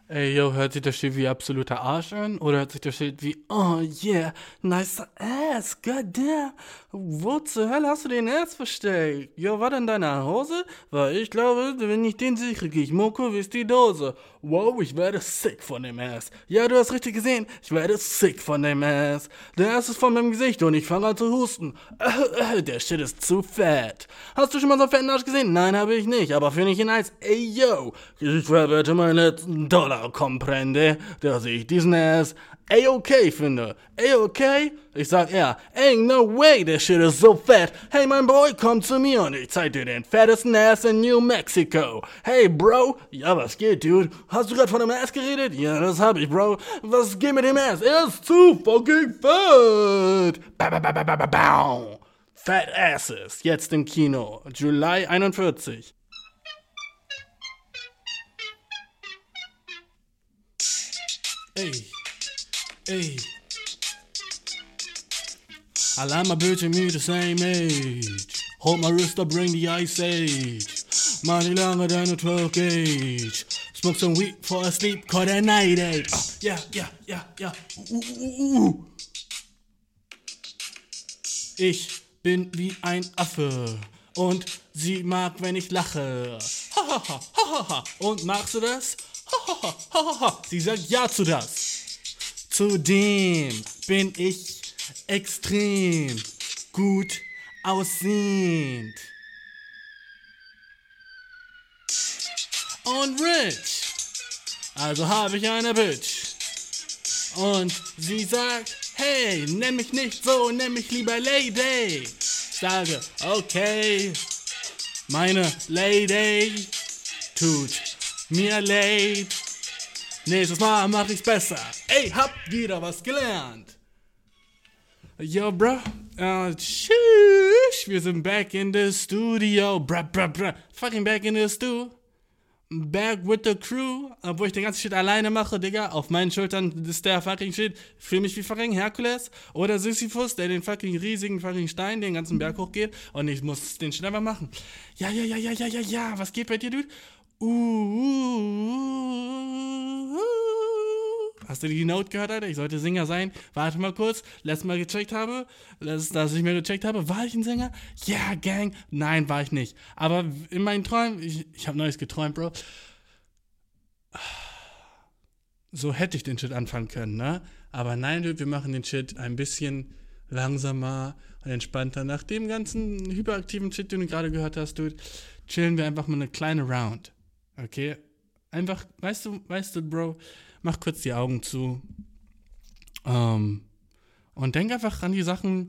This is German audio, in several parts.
Ey, yo, hört sich das Shit wie absoluter Arsch an? Oder hört sich das Shit wie, oh yeah, nice ass, goddamn. Wo zur Hölle hast du den Ass versteckt? Jo, war denn deine Hose? Weil ich glaube, wenn ich den sehe, krieg ich Moko wie die Dose. Wow, ich werde sick von dem Ass. Ja, du hast richtig gesehen, ich werde sick von dem Ass. Der Ass ist von meinem Gesicht und ich fange an zu husten. Der Shit ist zu fett. Hast du schon mal so einen fetten Arsch gesehen? Nein, habe ich nicht, aber finde ich ihn nice. Ey, yo, ich verwette meinen letzten Dollar, comprende, dass ich diesen Ass A-okay finde. A-okay? Ich sag ja, ain't no way, der Shit ist so fett. Hey, mein Boy, komm zu mir und ich zeig dir den fettesten Ass in New Mexico. Hey, Bro. Ja, was geht, Dude? Hast du grad von dem Ass geredet? Ja, das hab ich, Bro. Was geht mit dem Ass? Er ist zu fucking fett. Ba. Fat Asses, jetzt im Kino. July 41. Ey, ey. I like my bitch and me the same age. Hold my wrist up, bring the ice age. Money longer than a 12 gauge. Smoke some weed for a sleep, call that night age. Yeah. Ich bin wie ein Affe und sie mag, wenn ich lache. Ha. Und magst du das? Ha. Sie sagt ja zu das. Zudem bin ich extrem gut aussehend und rich. Also habe ich eine Bitch. Und sie sagt, hey, nenn mich nicht so, nenn mich lieber Lady. Ich sage, okay, meine Lady tut mir leid. Nächstes Mal mach ich's besser. Ey, hab wieder was gelernt. Yo, bro. Tschüss. Wir sind back in the studio. Bra. Fucking back in the stu. Back with the crew. Obwohl ich den ganzen Shit alleine mache, Digga. Auf meinen Schultern ist der fucking Shit. Fühl mich wie fucking Herkules. Oder Sisyphus, der den fucking riesigen fucking Stein den ganzen Berg hochgeht. Und ich muss den Shit einfach machen. Ja. Was geht bei dir, Dude? Hast du die Note gehört, Alter? Ich sollte Sänger sein. Warte mal kurz. Dass ich mir gecheckt habe. War ich ein Sänger? Ja, Gang. Nein, war ich nicht. Aber in meinen Träumen, ich habe Neues geträumt, Bro. So hätte ich den Shit anfangen können, ne? Aber nein, Dude, wir machen den Shit ein bisschen langsamer und entspannter. Nach dem ganzen hyperaktiven Shit, den du gerade gehört hast, Dude, chillen wir einfach mal eine kleine Round. Okay? Einfach, weißt du, Bro, mach kurz die Augen zu. Und denk einfach an die Sachen,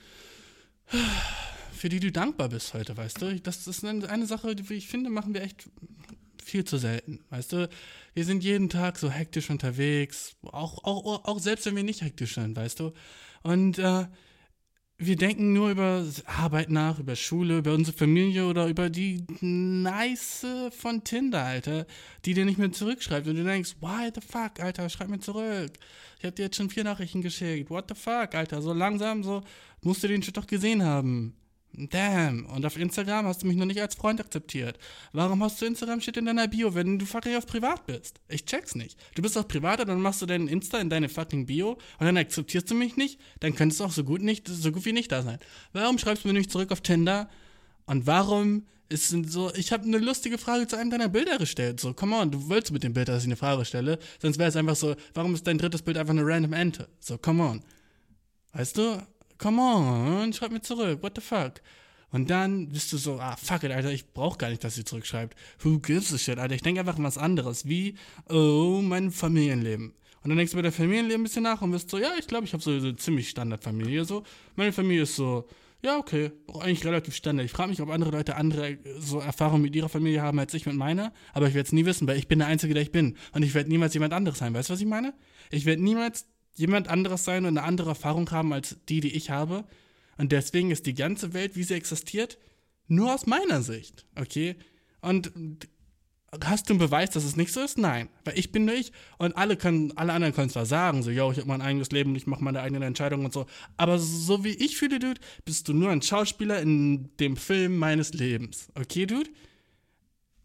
für die du dankbar bist heute, weißt du? Das ist eine Sache, die ich finde, machen wir echt viel zu selten, weißt du? Wir sind jeden Tag so hektisch unterwegs, auch selbst wenn wir nicht hektisch sind, weißt du? Und wir denken nur über Arbeit nach, über Schule, über unsere Familie oder über die Nice von Tinder, Alter, die dir nicht mehr zurückschreibt. Und du denkst, why the fuck, Alter, schreib mir zurück. Ich hab dir jetzt schon 4 Nachrichten geschickt. What the fuck, Alter, so langsam, so musst du den Shit doch gesehen haben. Damn. Und auf Instagram hast du mich noch nicht als Freund akzeptiert. Warum hast du Instagram-Shit in deiner Bio, wenn du fucking auf privat bist? Ich check's nicht. Du bist auf privat und dann machst du deinen Insta in deine fucking Bio und dann akzeptierst du mich nicht? Dann könntest du auch so gut wie nicht da sein. Warum schreibst du mir nicht zurück auf Tinder? Und warum ist so, ich habe eine lustige Frage zu einem deiner Bilder gestellt. So, come on, du willst mit dem Bild, dass ich eine Frage stelle. Sonst wäre es einfach so, warum ist dein drittes Bild einfach eine random Ente? So, come on. Weißt du? Come on, schreib mir zurück, what the fuck? Und dann bist du so, fuck it, Alter, ich brauch gar nicht, dass sie zurückschreibt. Who gives a shit, Alter? Ich denke einfach an was anderes, wie, mein Familienleben. Und dann denkst du über dein Familienleben ein bisschen nach und bist so, ja, ich glaube, ich habe so eine ziemlich Standardfamilie, so. Meine Familie ist so, ja, okay, eigentlich relativ Standard. Ich frage mich, ob andere Leute andere so Erfahrungen mit ihrer Familie haben als ich mit meiner, aber ich werde es nie wissen, weil ich bin der Einzige, der ich bin. Und ich werde niemals jemand anderes sein, weißt du, was ich meine? Ich werde niemals jemand anderes sein und eine andere Erfahrung haben als die ich habe. Und deswegen ist die ganze Welt, wie sie existiert, nur aus meiner Sicht, okay? Und hast du einen Beweis, dass es nicht so ist? Nein, weil ich bin nur ich und alle anderen können zwar sagen, so, yo, ich habe mein eigenes Leben und ich mache meine eigenen Entscheidungen und so, aber so wie ich fühle, Dude, bist du nur ein Schauspieler in dem Film meines Lebens, okay, Dude?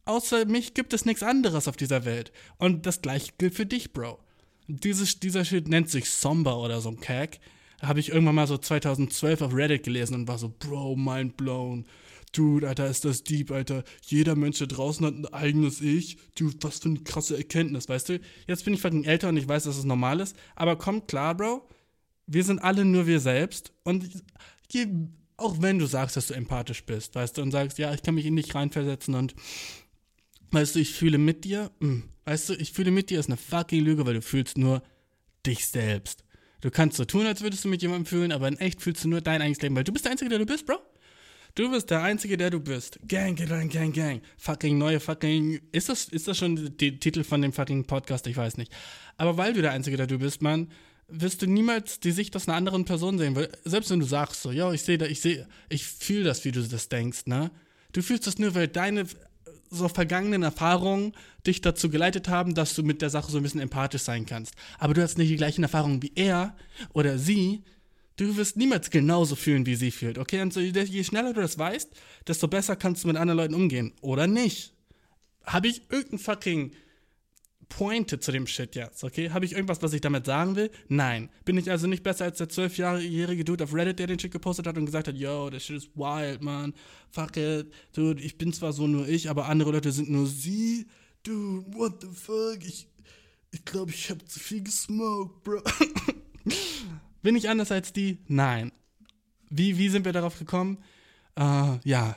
außer mich gibt es nichts anderes auf dieser Welt. Und das gleiche gilt für dich, Bro. Dieser Shit nennt sich Somber oder so ein Kack. Habe ich irgendwann mal so 2012 auf Reddit gelesen und war so, Bro, mind blown. Dude, Alter, ist das deep, Alter. Jeder Mensch da draußen hat ein eigenes Ich. Dude, was für eine krasse Erkenntnis, weißt du? Jetzt bin ich fucking älter und ich weiß, dass es normal ist. Aber kommt klar, Bro. Wir sind alle nur wir selbst. Und auch wenn du sagst, dass du empathisch bist, weißt du, und sagst, ja, ich kann mich in dich reinversetzen und, weißt du, ich fühle mit dir. Weißt du, ich fühle mit dir ist eine fucking Lüge, weil du fühlst nur dich selbst. Du kannst so tun, als würdest du mit jemandem fühlen, aber in echt fühlst du nur dein eigenes Leben, weil du bist der Einzige, der du bist, Bro. Du bist der Einzige, der du bist. Gang, gang, gang, gang. Fucking neue fucking... Ist das schon der Titel von dem fucking Podcast? Ich weiß nicht. Aber weil du der Einzige, der du bist, Mann, wirst du niemals die Sicht aus einer anderen Person sehen. Weil selbst wenn du sagst so, yo, ich fühle das, wie du das denkst, ne? Du fühlst das nur, weil deine so vergangenen Erfahrungen dich dazu geleitet haben, dass du mit der Sache so ein bisschen empathisch sein kannst. Aber du hast nicht die gleichen Erfahrungen wie er oder sie. Du wirst niemals genauso fühlen, wie sie fühlt, okay? Und so, je schneller du das weißt, desto besser kannst du mit anderen Leuten umgehen. Oder nicht. Habe ich irgendein fucking Pointe zu dem Shit jetzt, okay? Habe ich irgendwas, was ich damit sagen will? Nein. Bin ich also nicht besser als der 12-jährige Dude auf Reddit, der den Shit gepostet hat und gesagt hat, yo, das Shit ist wild, man. Fuck it. Dude, ich bin zwar so nur ich, aber andere Leute sind nur sie. Dude, what the fuck? Ich glaube, ich habe zu viel gesmoked, bro. Bin ich anders als die? Nein. Wie sind wir darauf gekommen? Ja.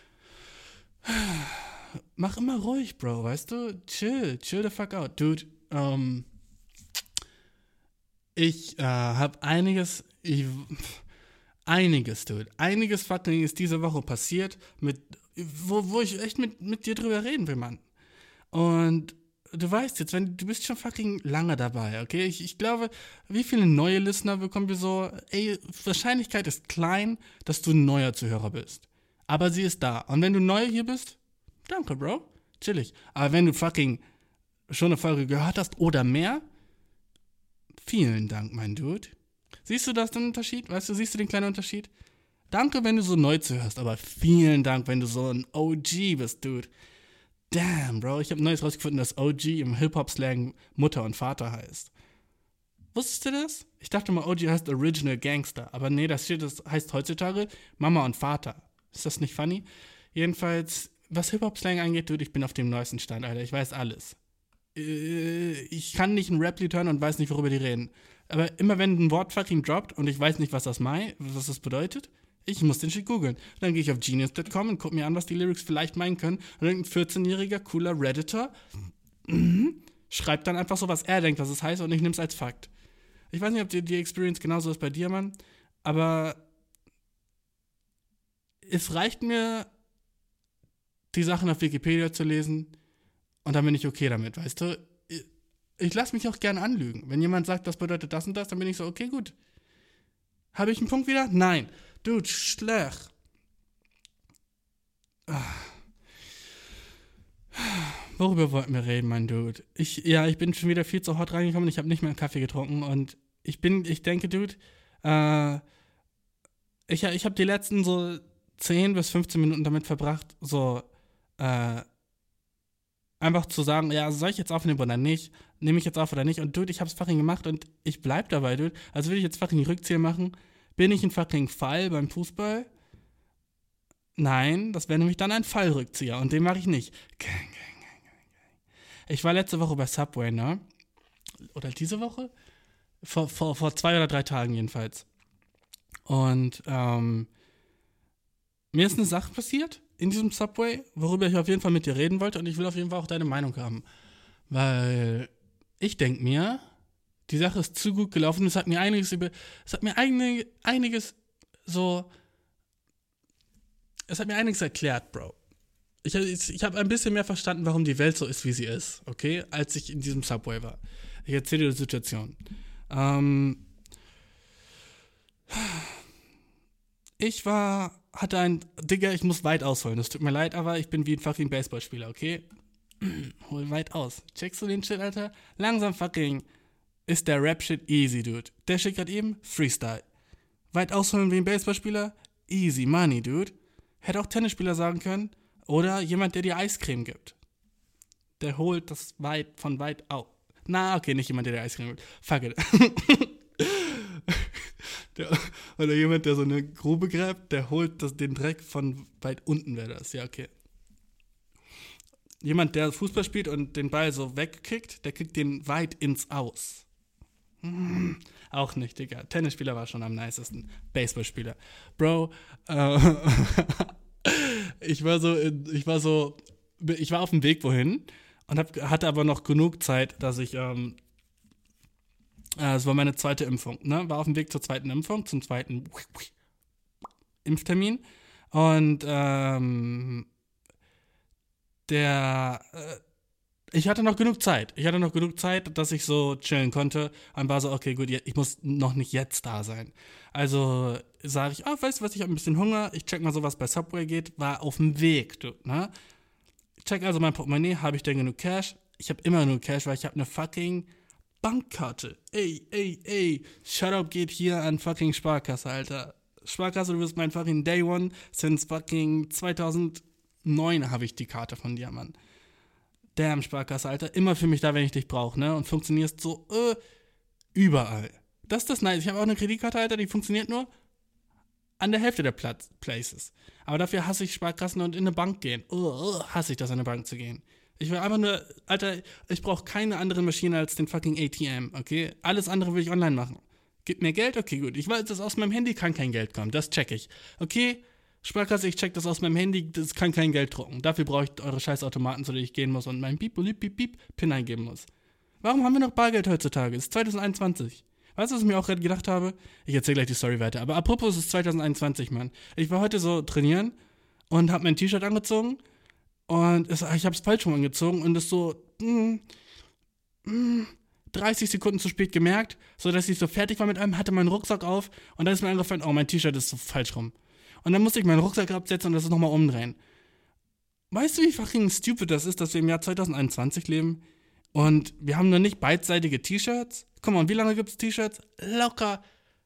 Mach immer ruhig, Bro, weißt du? Chill the fuck out. Dude, ich hab einiges, Dude. Einiges fucking ist diese Woche passiert, wo ich echt mit dir drüber reden will, Mann. Und du weißt jetzt, du bist schon fucking lange dabei, okay? Ich glaube, wie viele neue Listener bekommen wir so? Ey, Wahrscheinlichkeit ist klein, dass du ein neuer Zuhörer bist. Aber sie ist da. Und wenn du neu hier bist, danke, Bro. Chillig. Aber wenn du fucking schon eine Folge gehört hast oder mehr, vielen Dank, mein Dude. Siehst du das, den Unterschied? Weißt du, siehst du den kleinen Unterschied? Danke, wenn du so neu zuhörst, aber vielen Dank, wenn du so ein OG bist, Dude. Damn, Bro, ich habe Neues rausgefunden, dass OG im Hip-Hop-Slang Mutter und Vater heißt. Wusstest du das? Ich dachte mal, OG heißt Original Gangster. Aber nee, das heißt heutzutage Mama und Vater. Ist das nicht funny? Jedenfalls, was Hip-Hop-Slang angeht, Dude, ich bin auf dem neuesten Stand, Alter. Ich weiß alles. Ich kann nicht einen Rap-Lied hören und weiß nicht, worüber die reden. Aber immer wenn ein Wort fucking droppt und ich weiß nicht, was das bedeutet, ich muss den Shit googeln. Dann gehe ich auf genius.com und gucke mir an, was die Lyrics vielleicht meinen können. Und irgendein 14-jähriger, cooler Redditor schreibt dann einfach so, was er denkt, was es heißt, und ich nehme es als Fakt. Ich weiß nicht, ob die Experience genauso ist bei dir, Mann, aber es reicht mir, die Sachen auf Wikipedia zu lesen und dann bin ich okay damit, weißt du? Ich lasse mich auch gerne anlügen. Wenn jemand sagt, das bedeutet das und das, dann bin ich so, okay, gut. Habe ich einen Punkt wieder? Nein. Dude, schlecht. Worüber wollten wir reden, mein Dude? Ich bin schon wieder viel zu hot reingekommen. Ich habe nicht mehr einen Kaffee getrunken und ich denke, Dude, ich habe die letzten so 10 bis 15 Minuten damit verbracht, so einfach zu sagen, ja, soll ich jetzt aufnehmen oder nicht? Nehme ich jetzt auf oder nicht? Und Dude, ich hab's fucking gemacht und ich bleib dabei, Dude. Also will ich jetzt fucking Rückzieher machen? Bin ich ein fucking Fall beim Fußball? Nein, das wäre nämlich dann ein Fallrückzieher und den mache ich nicht. Gang. Ich war letzte Woche bei Subway, ne? Oder diese Woche? Vor 2 oder 3 Tagen jedenfalls. Und mir ist eine Sache passiert in diesem Subway, worüber ich auf jeden Fall mit dir reden wollte und ich will auf jeden Fall auch deine Meinung haben. Weil ich denke mir, die Sache ist zu gut gelaufen. Es hat mir einiges erklärt, Bro. Ich habe ein bisschen mehr verstanden, warum die Welt so ist, wie sie ist, okay, als ich in diesem Subway war. Ich erzähle dir die Situation. Ich muss weit ausholen, das tut mir leid, aber ich bin wie ein fucking Baseballspieler, okay? Hol weit aus. Checkst du den Shit, Alter? Langsam fucking ist der Rap-Shit easy, Dude. Der Shit gerade eben, Freestyle. Weit ausholen wie ein Baseballspieler, easy money, Dude. Hätte auch Tennisspieler sagen können oder jemand, der dir Eiscreme gibt. der holt das von weit auf. Na, okay, nicht jemand, der Eiscreme holt. Fuck it. Oder jemand, der so eine Grube gräbt, der holt den Dreck von weit unten, wäre das. Ja, okay. Jemand, der Fußball spielt und den Ball so wegkickt, der kickt den weit ins Aus. Auch nicht, Digga. Tennisspieler war schon am nicesten. Baseballspieler. Bro, ich war auf dem Weg wohin und hatte aber noch genug Zeit, dass ich, es war meine zweite Impfung, ne? War auf dem Weg zur zweiten Impfung, zum zweiten Impftermin. Und, ich hatte noch genug Zeit. Dass ich so chillen konnte. Und war so, okay, gut, ich muss noch nicht jetzt da sein. Also sage ich, weißt du was, ich habe ein bisschen Hunger. Ich check mal so, was bei Subway geht. War auf dem Weg, du, ne? Ich check also mein Portemonnaie. Habe ich denn genug Cash? Ich habe immer genug Cash, weil ich habe eine fucking Bankkarte. Ey. Shoutout geht hier an fucking Sparkasse, Alter. Sparkasse, du bist mein fucking Day One. Since fucking 2009 habe ich die Karte von dir, Mann. Damn, Sparkasse, Alter. Immer für mich da, wenn ich dich brauche, ne? Und funktionierst so, überall. Das ist das nice. Ich habe auch eine Kreditkarte, Alter, die funktioniert nur an der Hälfte der Places. Aber dafür hasse ich Sparkassen und in eine Bank gehen. Hasse ich das, in eine Bank zu gehen. Ich will einfach nur, Alter, ich brauche keine andere Maschine als den fucking ATM, okay? Alles andere will ich online machen. Gib mir Geld? Okay, gut. Ich weiß, dass aus meinem Handy kann kein Geld kommen. Das check ich. Okay? Sparkasse, ich check das aus meinem Handy, das kann kein Geld drucken. Dafür brauche ich eure scheiß Automaten, zu denen ich gehen muss und meinen Piep-Piep-Pin eingeben muss. Warum haben wir noch Bargeld heutzutage? Es ist 2021. Weißt du, was ich mir auch gerade gedacht habe? Ich erzähle gleich die Story weiter. Aber apropos, es ist 2021, Mann. Ich war heute so trainieren und habe mein T-Shirt angezogen und ich habe es falsch rum angezogen und es so 30 Sekunden zu spät gemerkt, sodass ich so fertig war mit allem, hatte meinen Rucksack auf und dann ist mir eingefallen, oh, mein T-Shirt ist so falsch rum. Und dann musste ich meinen Rucksack absetzen und das nochmal umdrehen. Weißt du, wie fucking stupid das ist, dass wir im Jahr 2021 leben? Und wir haben noch nicht beidseitige T-Shirts? Guck mal, wie lange gibt es T-Shirts? Locker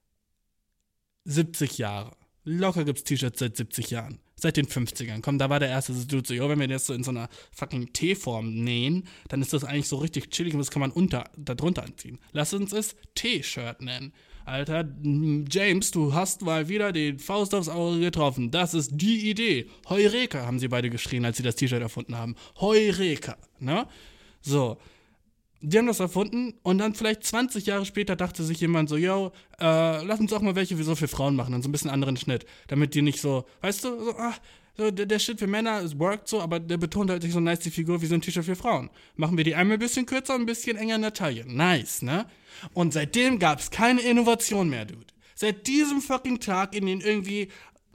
70 Jahre. Locker gibt es T-Shirts seit 70 Jahren. Seit den 50ern. Komm, da war der erste Dude so, wenn wir das so in so einer fucking T-Form nähen, dann ist das eigentlich so richtig chillig und das kann man da drunter anziehen. Lass uns es T-Shirt nennen. Alter, James, du hast mal wieder den Faust aufs Auge getroffen. Das ist die Idee. Heureka, haben sie beide geschrien, als sie das T-Shirt erfunden haben. Heureka, ne? So. Die haben das erfunden und dann vielleicht 20 Jahre später dachte sich jemand so, lass uns auch mal welche so für Frauen machen und so ein bisschen anderen Schnitt, damit die nicht so, weißt du, so, der Shit für Männer, es workt so, aber der betont halt nicht so nice die Figur wie so ein T-Shirt für Frauen. Machen wir die einmal ein bisschen kürzer und ein bisschen enger in der Taille. Nice, ne? Und seitdem gab's keine Innovation mehr, Dude. Seit diesem fucking Tag in den irgendwie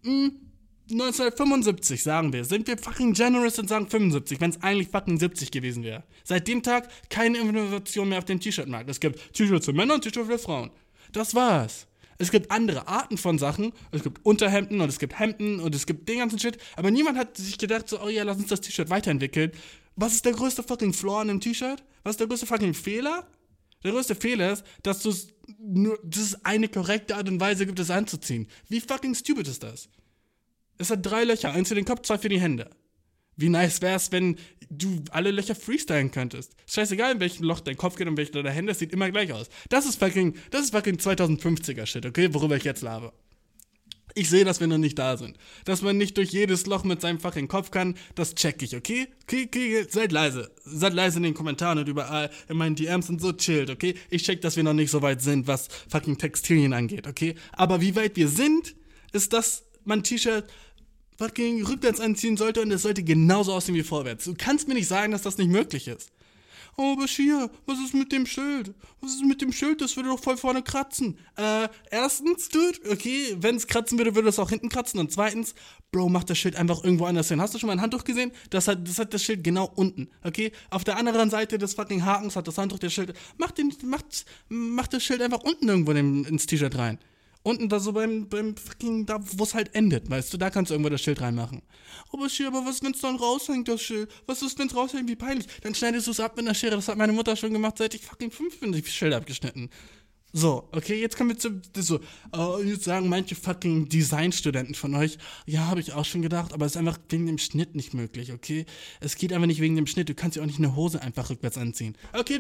1975, sagen wir, sind wir fucking generous und sagen 75, wenn es eigentlich fucking 70 gewesen wäre. Seit dem Tag keine Innovation mehr auf dem T-Shirt-Markt. Es gibt T-Shirts für Männer und T-Shirts für Frauen. Das war's. Es gibt andere Arten von Sachen. Es gibt Unterhemden und es gibt Hemden und es gibt den ganzen Shit. Aber niemand hat sich gedacht, so, oh ja, lass uns das T-Shirt weiterentwickeln. Was ist der größte fucking Flaw an dem T-Shirt? Was ist der größte fucking Fehler? Der größte Fehler ist, dass es eine korrekte Art und Weise gibt, es anzuziehen. Wie fucking stupid ist das? Es hat 3 Löcher, eins für den Kopf, 2 für die Hände. Wie nice wär's, wenn du alle Löcher freestylen könntest. Scheißegal, in welchem Loch dein Kopf geht und welches deine Hände, es sieht immer gleich aus. Das ist fucking 2050er-Shit, okay, worüber ich jetzt laber. Ich sehe, dass wir noch nicht da sind. Dass man nicht durch jedes Loch mit seinem fucking Kopf kann, das check ich, okay? Okay, seid leise. Seid leise in den Kommentaren und überall in meinen DMs und so chillt, okay? Ich check, dass wir noch nicht so weit sind, was fucking Textilien angeht, okay? Aber wie weit wir sind, ist, dass man T-Shirt fucking rückwärts anziehen sollte und es sollte genauso aussehen wie vorwärts. Du kannst mir nicht sagen, dass das nicht möglich ist. Oh, Bashir, was ist mit dem Schild? Was ist mit dem Schild? Das würde doch voll vorne kratzen. Erstens, Dude, okay, wenn es kratzen würde, würde es auch hinten kratzen. Und zweitens, Bro, mach das Schild einfach irgendwo anders hin. Hast du schon mal ein Handtuch gesehen? Das hat das Schild genau unten, okay? Auf der anderen Seite des fucking Hakens hat das Handtuch das Schild. Mach das Schild einfach unten irgendwo ins T-Shirt rein. Unten da so beim fucking, da wo es halt endet, weißt du, da kannst du irgendwo das Schild reinmachen. Aber was, wenn es dann raushängt, das Schild? Was ist, wenn es raushängt, wie peinlich? Dann schneidest du es ab mit einer Schere, das hat meine Mutter schon gemacht, seit ich fucking 5 bin, die Schilder abgeschnitten. So, okay, jetzt kommen wir jetzt sagen manche fucking Designstudenten von euch, ja, habe ich auch schon gedacht, aber es ist einfach wegen dem Schnitt nicht möglich, okay? Es geht einfach nicht wegen dem Schnitt, du kannst ja auch nicht eine Hose einfach rückwärts anziehen. Okay,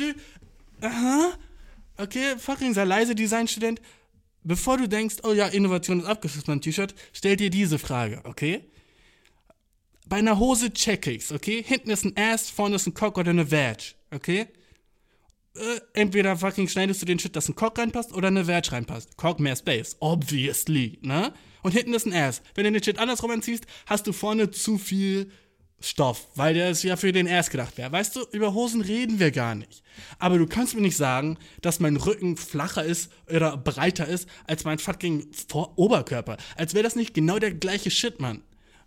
okay, fucking sei leise, Designstudent. Bevor du denkst, oh ja, Innovation ist abgeschlossen, mein T-Shirt, stell dir diese Frage, okay? Bei einer Hose check ich's, okay? Hinten ist ein Ass, vorne ist ein Cock oder eine Vag, okay? Entweder fucking schneidest du den Shit, dass ein Cock reinpasst oder eine Vag reinpasst. Cock, mehr Space, obviously, ne? Und hinten ist ein Ass. Wenn du den Shit andersrum anziehst, hast du vorne zu viel Stoff, weil der ist ja für den Ass gedacht wäre. Weißt du, über Hosen reden wir gar nicht. Aber du kannst mir nicht sagen, dass mein Rücken flacher ist oder breiter ist als mein fucking Oberkörper. Als wäre das nicht genau der gleiche Shit, Mann.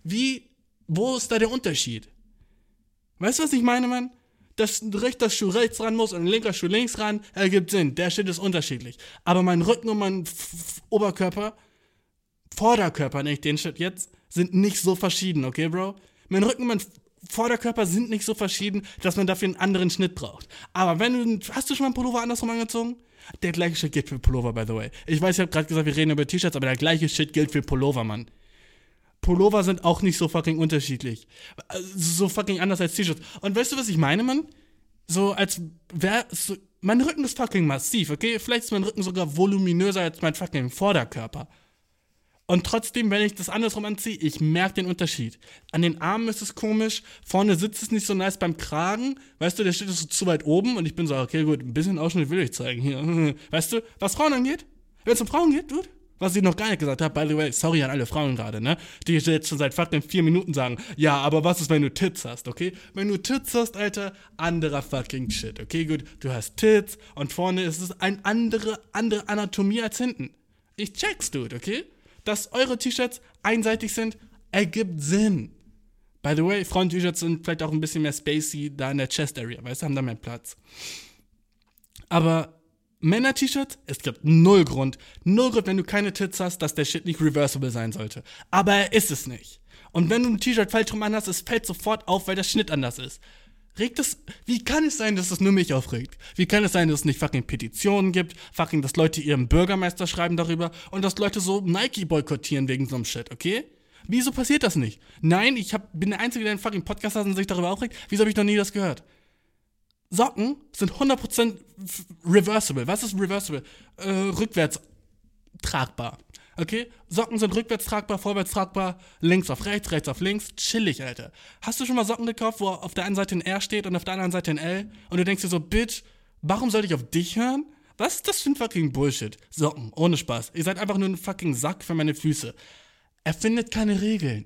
Wo ist da der Unterschied? Weißt du, was ich meine, Mann? Dass ein rechter Schuh rechts ran muss und ein linker Schuh links ran, ergibt Sinn. Der Shit ist unterschiedlich. Aber mein Rücken und mein Oberkörper, Vorderkörper, nenne ich den Shit jetzt, sind nicht so verschieden, okay, Bro? Mein Rücken und mein Vorderkörper sind nicht so verschieden, dass man dafür einen anderen Schnitt braucht. Aber hast du schon mal einen Pullover andersrum angezogen? Der gleiche Shit gilt für Pullover, by the way. Ich weiß, ich habe gerade gesagt, wir reden über T-Shirts, aber der gleiche Shit gilt für Pullover, Mann. Pullover sind auch nicht so fucking unterschiedlich. So fucking anders als T-Shirts. Und weißt du, was ich meine, Mann? So, als wäre mein Rücken ist fucking massiv, okay? Vielleicht ist mein Rücken sogar voluminöser als mein fucking Vorderkörper. Und trotzdem, wenn ich das andersrum anziehe, ich merke den Unterschied. An den Armen ist es komisch, vorne sitzt es nicht so nice beim Kragen. Weißt du, der steht so zu weit oben und ich bin so, okay, gut, ein bisschen Ausschnitt will ich zeigen hier. Weißt du, was Frauen angeht? Wenn es um Frauen geht, Dude? Was ich noch gar nicht gesagt habe, by the way, sorry an alle Frauen gerade, ne? Die jetzt schon seit fucking 4 Minuten sagen, ja, aber was ist, wenn du Tits hast, okay? Wenn du Tits hast, Alter, anderer fucking Shit, okay? Gut, du hast Tits und vorne ist es eine andere Anatomie als hinten. Ich check's, Dude, okay? Dass eure T-Shirts einseitig sind, ergibt Sinn. By the way, Frauen-T-Shirts sind vielleicht auch ein bisschen mehr spacey da in der Chest-Area, weißt du, haben da mehr Platz. Aber Männer-T-Shirts, es gibt null Grund, wenn du keine Tits hast, dass der Shit nicht reversible sein sollte. Aber er ist es nicht. Und wenn du ein T-Shirt falsch rum anhast, es fällt sofort auf, weil der Schnitt anders ist. Wie kann es sein, dass es nur mich aufregt? Wie kann es sein, dass es nicht fucking Petitionen gibt, dass Leute ihrem Bürgermeister schreiben darüber und dass Leute so Nike boykottieren wegen so einem Shit, okay? Wieso passiert das nicht? Nein, bin der Einzige, der einen fucking Podcast hat und sich darüber aufregt. Wieso habe ich noch nie das gehört? Socken sind 100% reversible. Was ist reversible? Rückwärts tragbar. Okay? Socken sind rückwärts tragbar, vorwärts tragbar, links auf rechts, rechts auf links. Chillig, Alter. Hast du schon mal Socken gekauft, wo auf der einen Seite ein R steht und auf der anderen Seite ein L? Und du denkst dir so, Bitch, warum soll ich auf dich hören? Was ist das für ein fucking Bullshit? Socken, ohne Spaß. Ihr seid einfach nur ein fucking Sack für meine Füße. Erfindet keine Regeln.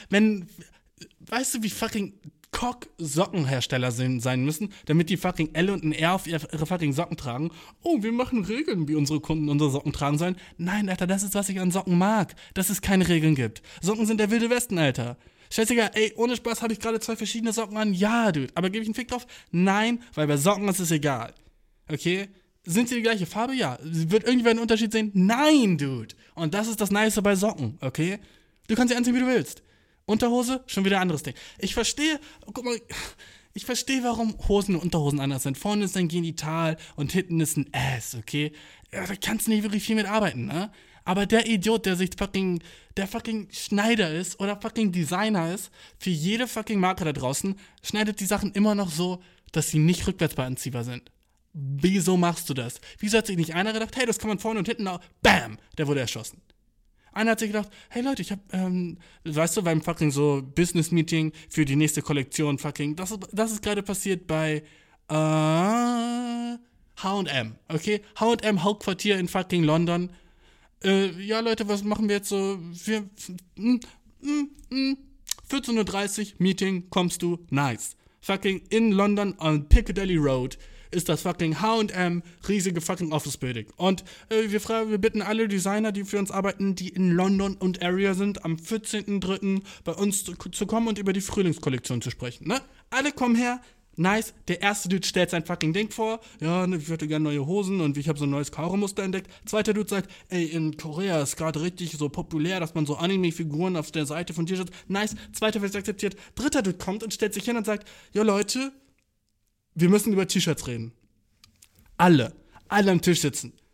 Weißt du, wie fucking Cock-Sockenhersteller sein müssen, damit die fucking L und ein R auf ihre fucking Socken tragen? Oh, wir machen Regeln, wie unsere Kunden unsere Socken tragen sollen. Nein, Alter, das ist, was ich an Socken mag. Dass es keine Regeln gibt. Socken sind der wilde Westen, Alter. Scheißegal, ey, ohne Spaß habe ich gerade 2 verschiedene Socken an. Ja, Dude. Aber gebe ich einen Fick drauf? Nein, weil bei Socken ist es egal. Okay? Sind sie die gleiche Farbe? Ja. Wird irgendwer einen Unterschied sehen? Nein, Dude. Und das ist das Nice bei Socken, okay? Du kannst sie anziehen, wie du willst. Unterhose, schon wieder ein anderes Ding. Ich verstehe, warum Hosen und Unterhosen anders sind. Vorne ist ein Genital und hinten ist ein Ass, okay? Ja, da kannst du nicht wirklich viel mit arbeiten, ne? Aber der Idiot, der fucking Schneider ist oder fucking Designer ist, für jede fucking Marke da draußen, schneidet die Sachen immer noch so, dass sie nicht rückwärts anziehbar sind. Wieso machst du das? Wieso hat sich nicht einer gedacht, hey, das kann man vorne und hinten auch, bam, der wurde erschossen. Einer hat sich gedacht, hey Leute, ich hab, weißt du, beim fucking so Business-Meeting für die nächste Kollektion fucking, das ist gerade passiert bei H&M, okay? H&M Hauptquartier in fucking London. Ja Leute, was machen wir jetzt so? 14:30 Uhr, Meeting, kommst du? Nice. Fucking in London on Piccadilly Road ist das fucking H&M riesige fucking Office-Building. Und wir bitten alle Designer, die für uns arbeiten, die in London und Area sind, am 14.03. bei uns zu kommen und über die Frühlingskollektion zu sprechen, ne? Alle kommen her, nice, der erste Dude stellt sein fucking Ding vor, ja, ich hätte gerne neue Hosen und ich habe so ein neues Karo-Muster entdeckt. Zweiter Dude sagt, ey, in Korea ist gerade richtig so populär, dass man so Anime-Figuren auf der Seite von T-Shirts, nice, zweiter wird akzeptiert. Dritter Dude kommt und stellt sich hin und sagt, ja Leute, wir müssen über T-Shirts reden. Alle am Tisch sitzen.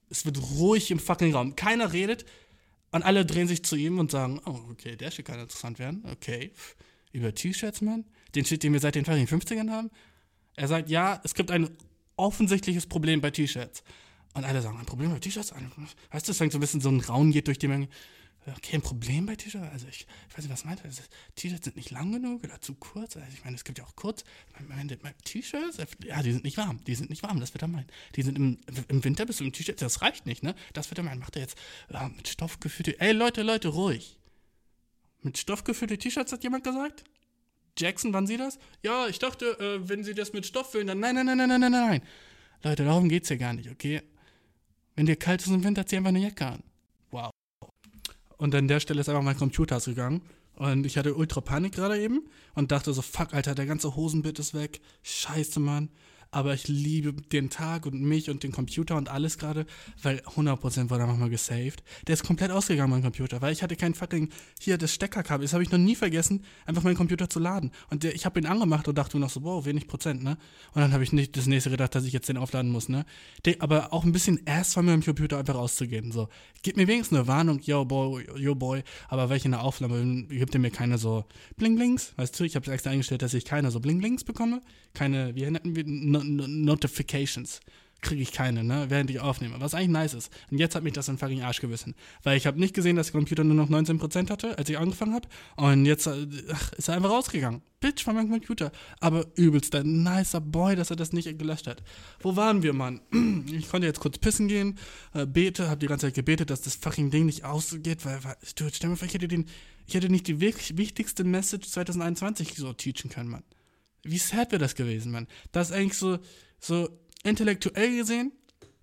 Es wird ruhig im fucking Raum. Keiner redet und alle drehen sich zu ihm und sagen, oh, okay, der Shit kann interessant werden. Okay, über T-Shirts, Mann. Den Shit, den wir seit den fucking 50ern haben. Er sagt, ja, es gibt ein offensichtliches Problem bei T-Shirts. Und alle sagen, ein Problem bei T-Shirts? Weißt du, es fängt so ein bisschen so ein Raun geht durch die Menge. Okay, ein Problem bei T-Shirts? Also ich weiß nicht, was meint er? T-Shirts sind nicht lang genug oder zu kurz? Also ich meine, es gibt ja auch kurz. T-Shirts? Ja, die sind nicht warm. Die sind nicht warm, das wird er meinen. Die sind im Winter bist du im T-Shirt, das reicht nicht, ne? Das wird er meinen. Macht er jetzt mit Stoff gefüllte... Ey, Leute, ruhig. Mit Stoff gefüllte T-Shirts, hat jemand gesagt? Jackson, wann Sie das? Ja, ich dachte, wenn Sie das mit Stoff füllen, dann nein. Leute, darum geht's hier gar nicht, okay? Wenn dir kalt ist im Winter, zieh einfach eine Jacke an. Wow. Und an der Stelle ist einfach mein Computer ausgegangen. Und ich hatte ultra Panik gerade eben und dachte so, fuck, Alter, der ganze Hosenbit ist weg. Scheiße, Mann. Aber ich liebe den Tag und mich und den Computer und alles gerade, weil 100% wurde nochmal gesaved. Der ist komplett ausgegangen, mein Computer, weil ich hatte kein fucking, hier das Steckerkabel, das habe ich noch nie vergessen, einfach meinen Computer zu laden. Und ich habe ihn angemacht und dachte mir noch so, wow, wenig Prozent, ne? Und dann habe ich nicht das nächste gedacht, dass ich jetzt den aufladen muss, ne? Aber auch ein bisschen Ass von meinem Computer einfach rauszugehen, so. Gib mir wenigstens eine Warnung, yo boy, aber welche eine Aufnahme, gibt ihr mir keine so Bling-Blings, weißt du, ich habe es extra eingestellt, dass ich keine so Bling-Blings bekomme, keine, wie nennen wir, Notifications kriege ich keine, ne, während ich aufnehme, was eigentlich nice ist. Und jetzt hat mich das in fucking Arsch gewissen, weil ich habe nicht gesehen, dass der Computer nur noch 19% hatte, als ich angefangen habe, und jetzt ist er einfach rausgegangen. Bitch von meinem Computer. Aber übelst ein nicer Boy, dass er das nicht gelöscht hat. Wo waren wir, Mann? Ich konnte jetzt kurz pissen gehen, habe die ganze Zeit gebetet, dass das fucking Ding nicht ausgeht, weil du, stell mir vor, ich hätte nicht die wirklich wichtigste Message 2021 so teachen können, Mann. Wie sad wäre das gewesen, Mann. Das ist eigentlich so intellektuell gesehen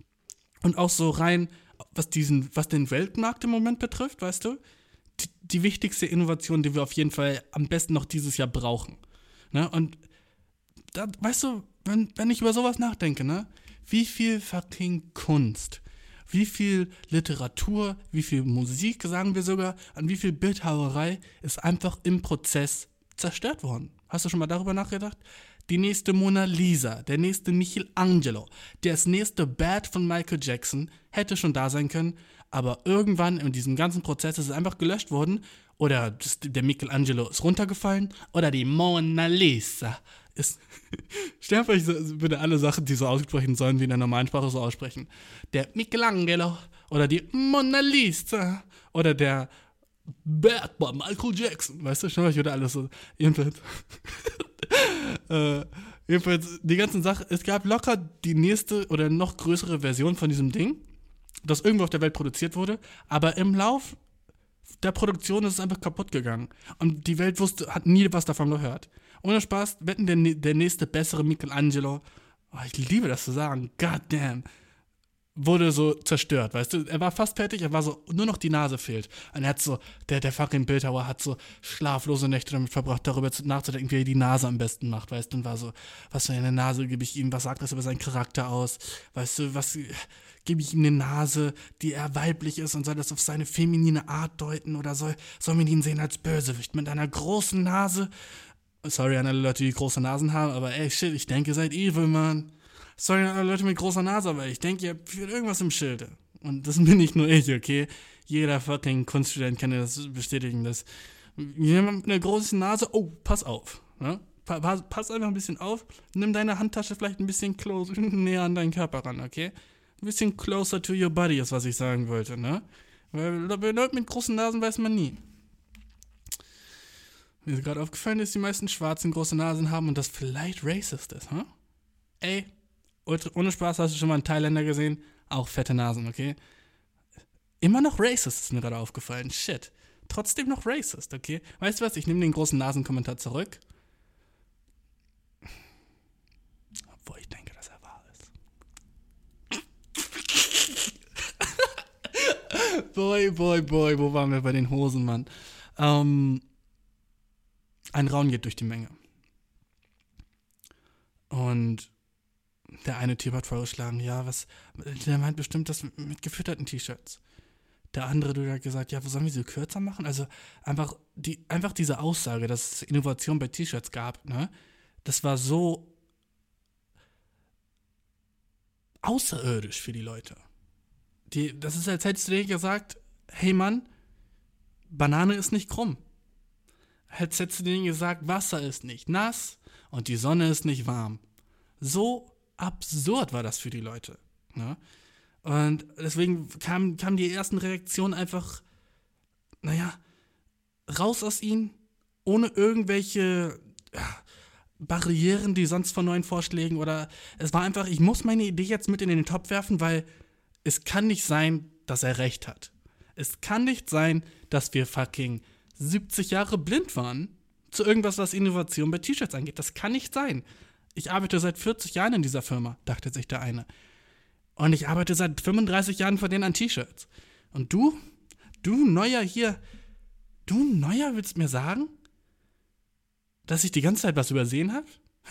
und auch so rein, was den Weltmarkt im Moment betrifft, weißt du, die wichtigste Innovation, die wir auf jeden Fall am besten noch dieses Jahr brauchen. Ne? Und da, weißt du, wenn ich über sowas nachdenke, ne, wie viel fucking Kunst, wie viel Literatur, wie viel Musik, sagen wir sogar, und wie viel Bildhauerei ist einfach im Prozess zerstört worden. Hast du schon mal darüber nachgedacht? Die nächste Mona Lisa, der nächste Michelangelo, das nächste Bad von Michael Jackson hätte schon da sein können, aber irgendwann in diesem ganzen Prozess ist es einfach gelöscht worden oder der Michelangelo ist runtergefallen oder die Mona Lisa ist... Stellt euch bitte alle Sachen, die so aussprechen sollen, wie in der normalen Sprache so aussprechen. Der Michelangelo oder die Mona Lisa oder der Bad by Michael Jackson, weißt du, schon, ich würde alles so, jedenfalls, die ganzen Sachen, es gab locker die nächste oder noch größere Version von diesem Ding, das irgendwo auf der Welt produziert wurde, aber im Lauf der Produktion ist es einfach kaputt gegangen und die Welt hat nie was davon gehört. Ohne Spaß, wetten, der nächste bessere Michelangelo, oh, ich liebe das zu sagen, goddamn, wurde so zerstört, weißt du, er war fast fertig, er war so, nur noch die Nase fehlt. Und er hat so, der fucking Bildhauer hat so schlaflose Nächte damit verbracht, darüber nachzudenken, wie er die Nase am besten macht, weißt du, und war so, was für eine Nase gebe ich ihm, was sagt das über seinen Charakter aus, weißt du, was gebe ich ihm eine Nase, die eher weiblich ist und soll das auf seine feminine Art deuten oder soll man ihn sehen als Bösewicht mit einer großen Nase? Sorry an alle Leute, die große Nasen haben, aber ey, shit, ich denke, ihr seid evil, Mann. Sorry an alle Leute mit großer Nase, aber ich denke, ihr führt irgendwas im Schilde. Und das bin nicht nur ich, okay? Jeder fucking Kunststudent kann das bestätigen, dass jemand mit einer großen Nase, oh, pass auf, ne? Pass einfach ein bisschen auf, nimm deine Handtasche vielleicht ein bisschen näher an deinen Körper ran, okay? Ein bisschen closer to your body ist, was ich sagen wollte, ne? Weil bei Leuten mit großen Nasen weiß man nie. Mir ist gerade aufgefallen, dass die meisten Schwarzen große Nasen haben und das vielleicht racist ist, huh? Ey, ohne Spaß, hast du schon mal einen Thailänder gesehen? Auch fette Nasen, okay? Immer noch racist ist mir gerade aufgefallen. Shit. Trotzdem noch racist, okay? Weißt du was? Ich nehme den großen Nasen-Kommentar zurück. Obwohl ich denke, dass er wahr ist. Boy, wo waren wir bei den Hosen, Mann? Ein Raun geht durch die Menge. Und der eine Typ hat vorgeschlagen, ja, der meint bestimmt das mit gefütterten T-Shirts. Der andere hat gesagt, ja, wo sollen wir sie kürzer machen? Also einfach diese Aussage, dass es Innovation bei T-Shirts gab, ne? Das war so außerirdisch für die Leute. Das ist, als hättest du dir gesagt, hey Mann, Banane ist nicht krumm. Als hättest du denen gesagt, Wasser ist nicht nass und die Sonne ist nicht warm. So absurd war das für die Leute. Ne? Und deswegen kamen die ersten Reaktionen einfach, raus aus ihnen, ohne irgendwelche Barrieren, die sonst von neuen Vorschlägen oder es war einfach, ich muss meine Idee jetzt mit in den Topf werfen, weil es kann nicht sein, dass er recht hat. Es kann nicht sein, dass wir fucking 70 Jahre blind waren zu irgendwas, was Innovation bei T-Shirts angeht. Das kann nicht sein. Ich arbeite seit 40 Jahren in dieser Firma, dachte sich der eine. Und ich arbeite seit 35 Jahren von denen an T-Shirts. Und du Neuer willst mir sagen, dass ich die ganze Zeit was übersehen habe?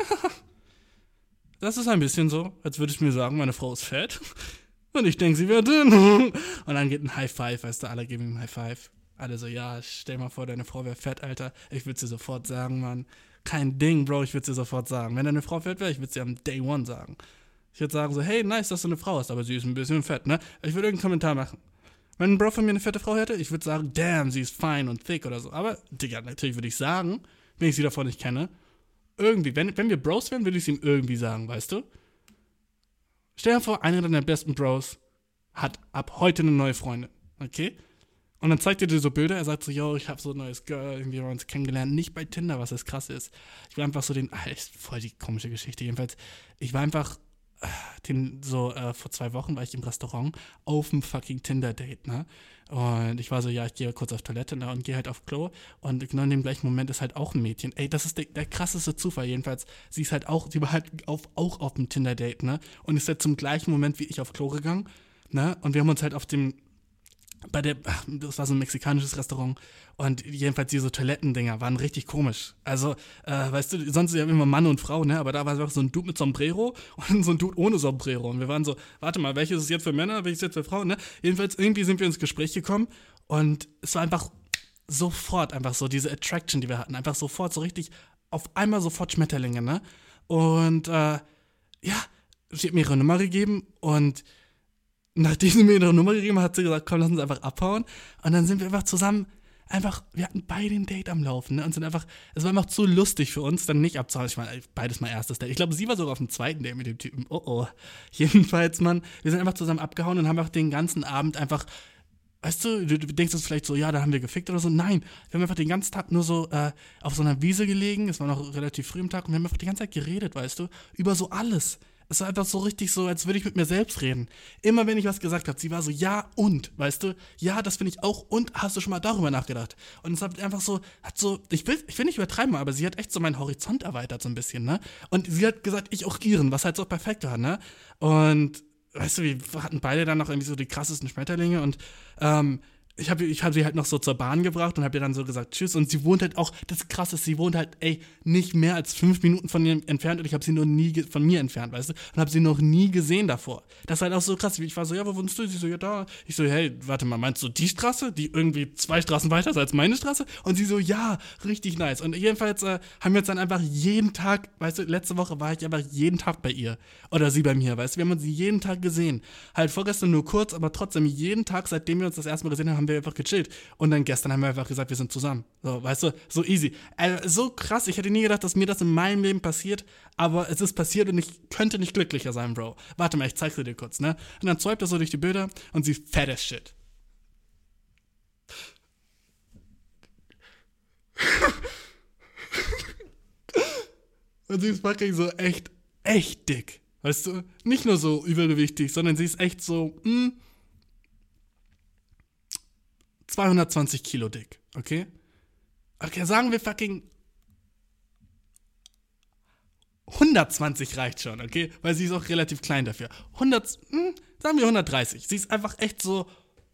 Das ist ein bisschen so, als würde ich mir sagen, meine Frau ist fett. Und ich denke, sie wäre dünn. Und dann geht ein High Five, weißt du, alle geben ihm ein High Five. Alle so, ja, stell mal vor, deine Frau wäre fett, Alter. Ich würde sie sofort sagen, Mann. Kein Ding, Bro, ich würde sie sofort sagen. Wenn deine Frau fett wäre, ich würde sie am Day One sagen. Ich würde sagen so, hey, nice, dass du eine Frau hast, aber sie ist ein bisschen fett, ne? Ich würde irgendeinen Kommentar machen. Wenn ein Bro von mir eine fette Frau hätte, ich würde sagen, damn, sie ist fine und thick oder so. Aber, Digga, natürlich würde ich sagen, wenn ich sie davon nicht kenne, irgendwie, wenn wir Bros wären, würde ich es ihm irgendwie sagen, weißt du? Stell dir vor, einer deiner besten Bros hat ab heute eine neue Freundin, okay? Und dann zeigt er dir so Bilder, er sagt so, yo, ich habe so ein neues Girl, irgendwie haben wir uns kennengelernt, nicht bei Tinder, was das krasse ist. Ich war einfach so ist voll die komische Geschichte, jedenfalls, ich war einfach, vor 2 Wochen war ich im Restaurant auf dem fucking Tinder-Date, ne? Und ich war so, ja, ich gehe kurz auf Toilette, ne, und gehe halt auf Klo. Und genau in dem gleichen Moment ist halt auch ein Mädchen. Ey, das ist der krasseste Zufall jedenfalls. Sie war halt auch auf dem Tinder-Date, ne? Und ist halt zum gleichen Moment wie ich auf Klo gegangen, ne? Und wir haben uns halt das war so ein mexikanisches Restaurant und jedenfalls diese Toilettendinger waren richtig komisch. Also, weißt du, sonst ist ja immer Mann und Frau, ne, aber da war einfach so ein Dude mit Sombrero und so ein Dude ohne Sombrero und wir waren so, warte mal, welches ist jetzt für Männer, welches ist jetzt für Frauen, ne? Jedenfalls irgendwie sind wir ins Gespräch gekommen und es war einfach sofort einfach so diese Attraction, die wir hatten, einfach sofort so richtig, auf einmal sofort Schmetterlinge, ne? Und, sie hat mir ihre Nummer gegeben und nachdem sie mir ihre Nummer gegeben hat, hat sie gesagt, komm, lass uns einfach abhauen. Und dann sind wir einfach zusammen, wir hatten beide ein Date am Laufen, ne? Und es war einfach zu lustig für uns, dann nicht abzuhauen. Ich meine, beides mein erstes Date. Ich glaube, sie war sogar auf dem zweiten Date mit dem Typen. Oh. Jedenfalls, Mann, wir sind einfach zusammen abgehauen und haben einfach den ganzen Abend einfach, weißt du denkst jetzt vielleicht so, ja, da haben wir gefickt oder so. Nein, wir haben einfach den ganzen Tag nur so auf so einer Wiese gelegen. Es war noch relativ früh am Tag und wir haben einfach die ganze Zeit geredet, weißt du, über so alles. Es war einfach so richtig so, als würde ich mit mir selbst reden. Immer wenn ich was gesagt habe, sie war so, ja und, weißt du, ja, das finde ich auch und hast du schon mal darüber nachgedacht? Und es hat einfach so, ich will nicht übertreiben, aber sie hat echt so meinen Horizont erweitert so ein bisschen, ne? Und sie hat gesagt, ich auch ihren, was halt so perfekt war, ne? Und, weißt du, wir hatten beide dann noch irgendwie so die krassesten Schmetterlinge und, ich hab sie halt noch so zur Bahn gebracht und hab ihr dann so gesagt, tschüss. Und sie wohnt halt auch, das Krasse ist, sie wohnt halt, nicht mehr als 5 Minuten von mir entfernt und ich habe sie noch nie von mir entfernt, weißt du? Und habe sie noch nie gesehen davor. Das ist halt auch so krass. Ich war so, ja, wo wohnst du? Sie so, ja, da. Ich so, hey, warte mal, meinst du die Straße, die irgendwie 2 Straßen weiter ist als meine Straße? Und sie so, ja, richtig nice. Und jedenfalls haben wir uns dann einfach jeden Tag, weißt du, letzte Woche war ich einfach jeden Tag bei ihr. Oder sie bei mir, weißt du? Wir haben uns jeden Tag gesehen. Halt vorgestern nur kurz, aber trotzdem jeden Tag, seitdem wir uns das erste Mal gesehen haben, haben wir einfach gechillt. Und dann gestern haben wir einfach gesagt, wir sind zusammen. So, weißt du, so easy. So krass, ich hätte nie gedacht, dass mir das in meinem Leben passiert, aber es ist passiert und ich könnte nicht glücklicher sein, Bro. Warte mal, ich zeig's dir kurz, ne? Und dann swiped er so durch die Bilder und sie fat as shit. Und sie ist fucking so echt dick. Weißt du? Nicht nur so übergewichtig, sondern sie ist echt so, 220 Kilo dick, okay? Okay, sagen wir fucking 120 reicht schon, okay? Weil sie ist auch relativ klein dafür. Sagen wir 130. Sie ist einfach echt so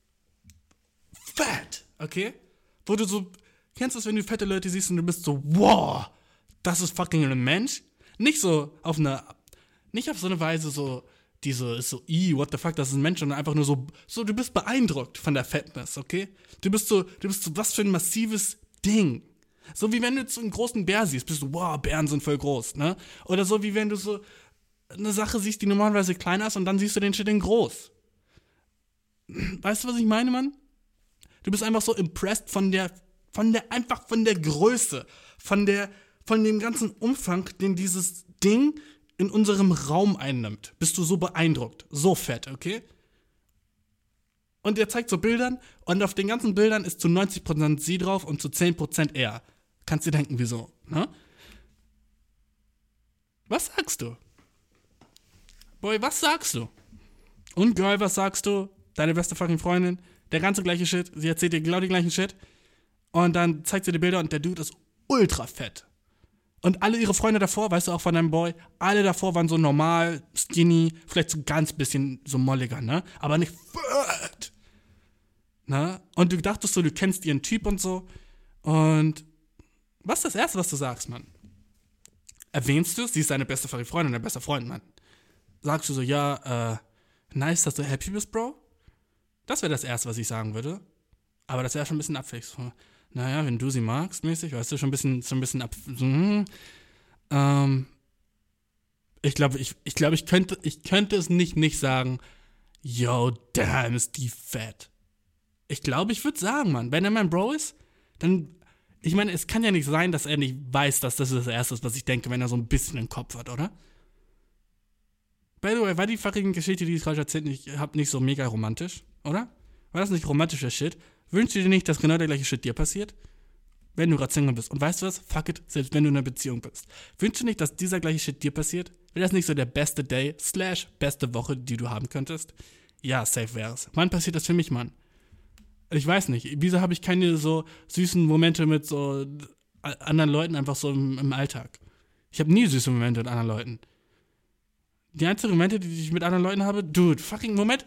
fett, okay? Wo du so, kennst du das, wenn du fette Leute siehst und du bist so, wow, das ist fucking ein Mensch? Nicht so auf so eine Weise so, die so ist so, what the fuck, das ist ein Mensch, sondern einfach nur so, du bist beeindruckt von der Fatness, okay? Du bist so, was für ein massives Ding. So wie wenn du jetzt so einen großen Bär siehst, bist du, wow, Bären sind voll groß, ne? Oder so wie wenn du so eine Sache siehst, die normalerweise kleiner ist und dann siehst du den Shit in groß. weißt du, was ich meine, Mann? Du bist einfach so impressed von der Größe, von dem ganzen Umfang, den dieses Ding in unserem Raum einnimmt. Bist du so beeindruckt, so fett, okay? Und er zeigt so Bildern und auf den ganzen Bildern ist zu 90% sie drauf und zu 10% er. Kannst dir denken, wieso, ne? Was sagst du? Boy, was sagst du? Und Girl, was sagst du? Deine beste fucking Freundin, der ganze gleiche Shit, sie erzählt dir genau den gleichen Shit und dann zeigt sie dir Bilder und der Dude ist ultra fett. Und alle ihre Freunde davor, weißt du auch von deinem Boy, alle davor waren so normal, skinny, vielleicht so ganz bisschen so molliger, ne? Aber nicht fett. Ne? Und du dachtest so, du kennst ihren Typ und so. Und was ist das Erste, was du sagst, Mann? Erwähnst du, sie ist deine beste Freundin, dein bester Freund, Mann. Sagst du so, ja, nice, dass du happy bist, Bro? Das wäre das Erste, was ich sagen würde. Aber das wäre schon ein bisschen abfällig. So, naja, wenn du sie magst, mäßig, weißt du, schon ein bisschen ich glaube, ich könnte es nicht sagen, yo, damn, ist die fett. Ich glaube, ich würde sagen, Mann, wenn er mein Bro ist, dann, ich meine, es kann ja nicht sein, dass er nicht weiß, dass das das Erste ist, was ich denke, wenn er so ein bisschen im Kopf hat, oder? By the way, war die fucking Geschichte, die ich gerade erzählt habe, nicht so mega romantisch, oder? War das nicht romantischer Shit? Wünschst du dir nicht, dass genau der gleiche Shit dir passiert? Wenn du gerade Single bist. Und weißt du was? Fuck it, selbst wenn du in einer Beziehung bist. Wünschst du nicht, dass dieser gleiche Shit dir passiert? Wäre das nicht so der beste Day / beste Woche, die du haben könntest? Ja, safe wäre es. Wann passiert das für mich, Mann? Ich weiß nicht. Wieso habe ich keine so süßen Momente mit so anderen Leuten einfach so im Alltag? Ich habe nie süße Momente mit anderen Leuten. Die einzigen Momente, die ich mit anderen Leuten habe, dude, fucking Moment.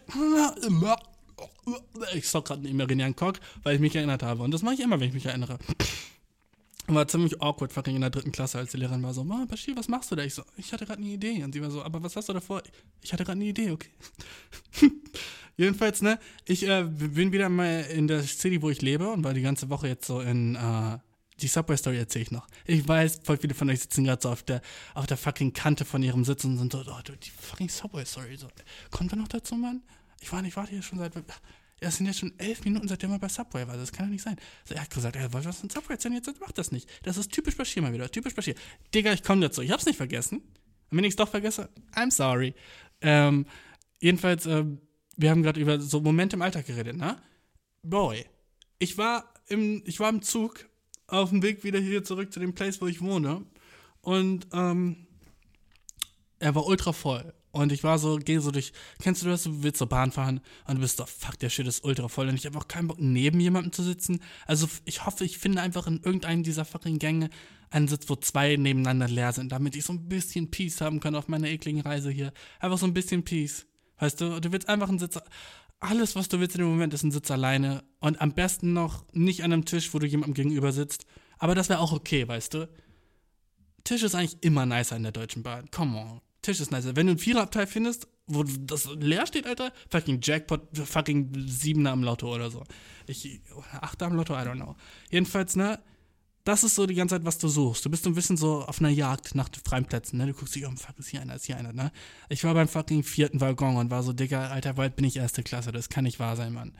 Ich saug gerade einen imaginären Cock, weil ich mich erinnert habe. Und das mache ich immer, wenn ich mich erinnere. War ziemlich awkward fucking in der 3. Klasse, als die Lehrerin war so, Bashir, was machst du da? Ich so, ich hatte gerade eine Idee. Und sie war so, aber was hast du davor? Ich hatte gerade eine Idee, okay. Jedenfalls, ne, ich bin wieder mal in der City, wo ich lebe und war die ganze Woche jetzt so in, die Subway-Story erzähle ich noch. Ich weiß, voll viele von euch sitzen gerade so auf der fucking Kante von ihrem Sitz und sind so, oh, die fucking Subway-Story. So, kommt wir noch dazu, Mann? Ich warte hier schon es sind jetzt schon 11 Minuten, seitdem er bei Subway war. Das kann doch nicht sein. Also er hat gesagt, er wollte was von Subway erzählen, jetzt macht das nicht. Das ist typisch Bashir mal wieder, typisch Bashir. Digga, ich komme dazu. Ich hab's nicht vergessen. Und wenn ich's doch vergesse, I'm sorry. Jedenfalls, wir haben gerade über so Momente im Alltag geredet, ne? Boy, ich war im Zug auf dem Weg wieder hier zurück zu dem Place, wo ich wohne. Und er war ultra voll. Und ich war so, gehe so durch, kennst du das, du willst so Bahn fahren und du bist so, fuck, der Shit ist ultra voll und ich habe auch keinen Bock, neben jemandem zu sitzen. Also ich hoffe, ich finde einfach in irgendeinem dieser fucking Gänge einen Sitz, wo 2 nebeneinander leer sind, damit ich so ein bisschen Peace haben kann auf meiner ekligen Reise hier. Einfach so ein bisschen Peace. Weißt du, du willst einfach einen Sitz, alles, was du willst in dem Moment, ist ein Sitz alleine und am besten noch nicht an einem Tisch, wo du jemandem gegenüber sitzt. Aber das wäre auch okay, weißt du. Tisch ist eigentlich immer nicer in der Deutschen Bahn. Come on. Tisch ist nicer. Wenn du einen Viererabteil findest, wo das leer steht, Alter, fucking Jackpot, fucking 7er am Lotto oder so. 8er am Lotto, I don't know. Jedenfalls, ne, das ist so die ganze Zeit, was du suchst. Du bist so ein bisschen so auf einer Jagd nach freien Plätzen, ne? Du guckst dich, oh, fuck, ist hier einer, ne? Ich war beim fucking 4. Waggon und war so, Digga, Alter, bald bin ich 1. Klasse. Das kann nicht wahr sein, Mann.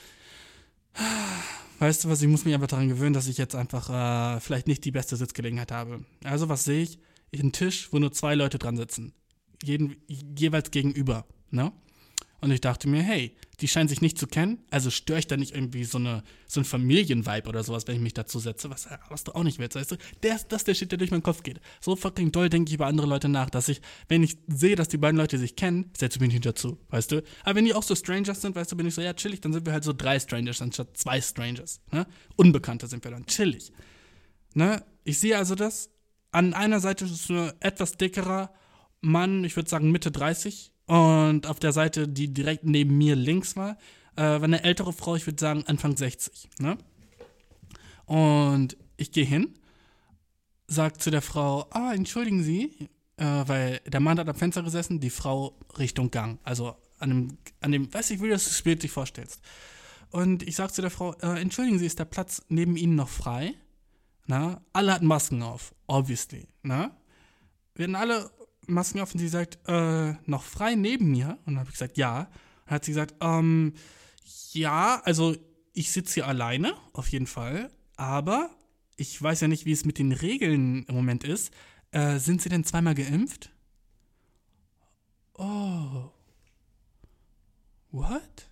Weißt du was, ich muss mich einfach daran gewöhnen, dass ich jetzt einfach vielleicht nicht die beste Sitzgelegenheit habe. Also, was sehe ich? Einen Tisch, wo nur 2 Leute dran sitzen. Jeweils gegenüber, ne? Und ich dachte mir, hey, die scheinen sich nicht zu kennen, also störe ich da nicht irgendwie so ein Familienvibe oder sowas, wenn ich mich dazu setze, was du auch nicht willst, weißt du? Das ist der Shit, der durch meinen Kopf geht. So fucking doll denke ich über andere Leute nach, dass ich, wenn ich sehe, dass die beiden Leute sich kennen, setze ich mich nicht dazu, weißt du? Aber wenn die auch so Strangers sind, weißt du, bin ich so, ja, chillig, dann sind wir halt so 3 Strangers anstatt 2 Strangers, ne? Unbekannte sind wir dann, chillig. Ne? Ich sehe also das, an einer Seite ist ein etwas dickerer Mann, ich würde sagen Mitte 30, und auf der Seite, die direkt neben mir links war eine ältere Frau, ich würde sagen Anfang 60, ne? Und ich gehe hin, sag zu der Frau, entschuldigen Sie, weil der Mann hat am Fenster gesessen, die Frau Richtung Gang, also an dem, weiß ich, wie du das Bild sich vorstellst. Und ich sag zu der Frau, entschuldigen Sie, ist der Platz neben Ihnen noch frei? Na? Alle hatten Masken auf, obviously, na? Wir hatten alle Masken auf und sie sagt, noch frei neben mir? Und dann habe ich gesagt, ja. Dann hat sie gesagt, Ja, also ich sitze hier alleine, auf jeden Fall. Aber ich weiß ja nicht, wie es mit den Regeln im Moment ist. Sind Sie denn zweimal geimpft? Oh, what?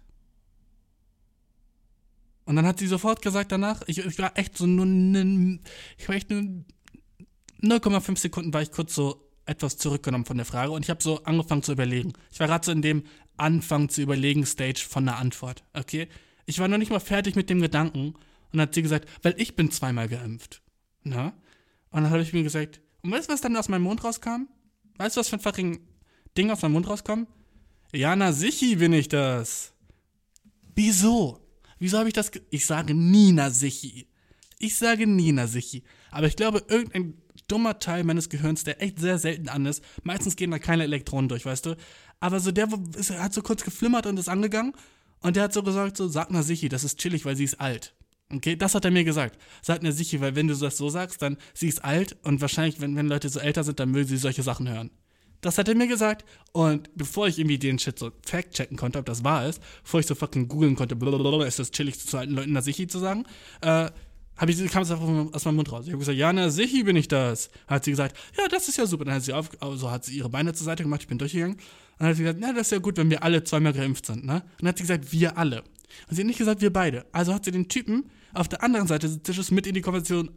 Und dann hat sie sofort gesagt danach, ich war echt so ich war echt nur 0,5 Sekunden war ich kurz so etwas zurückgenommen von der Frage und ich habe so angefangen zu überlegen. Ich war gerade so in dem Anfang zu überlegen Stage von der Antwort, okay? Ich war noch nicht mal fertig mit dem Gedanken und dann hat sie gesagt, weil ich bin zweimal geimpft. Na? Und dann habe ich mir gesagt, und weißt du, was dann aus meinem Mund rauskam? Weißt du, was für ein fucking Ding aus meinem Mund rauskam? Ja, na sichi bin ich das. Wieso? Wieso habe ich das? Ich sage nie Nasichi. Ich sage nie Nasichi. Aber ich glaube, irgendein dummer Teil meines Gehirns, der echt sehr selten an ist, meistens gehen da keine Elektronen durch, weißt du? Aber so hat so kurz geflimmert und ist angegangen und der hat so gesagt, so, sag Nasichi, das ist chillig, weil sie ist alt. Okay, das hat er mir gesagt. Sag Nasichi, weil wenn du das so sagst, dann sie ist alt und wahrscheinlich, wenn Leute so älter sind, dann mögen sie solche Sachen hören. Das hat er mir gesagt und bevor ich irgendwie den Shit so fact-checken konnte, ob das wahr ist, bevor ich so fucking googeln konnte, blablabla, ist das chillig zu alten Leuten Nasichi zu sagen, kam es einfach aus meinem Mund raus. Ich habe gesagt, ja, Nasichi bin ich das. Hat sie gesagt, ja, das ist ja super. Dann hat sie ihre Beine zur Seite gemacht, ich bin durchgegangen. Und dann hat sie gesagt, ja, das ist ja gut, wenn wir alle zweimal geimpft sind, ne? Und dann hat sie gesagt, wir alle. Und sie hat nicht gesagt, wir beide. Also hat sie den Typen auf der anderen Seite des Tisches mit in die Konversation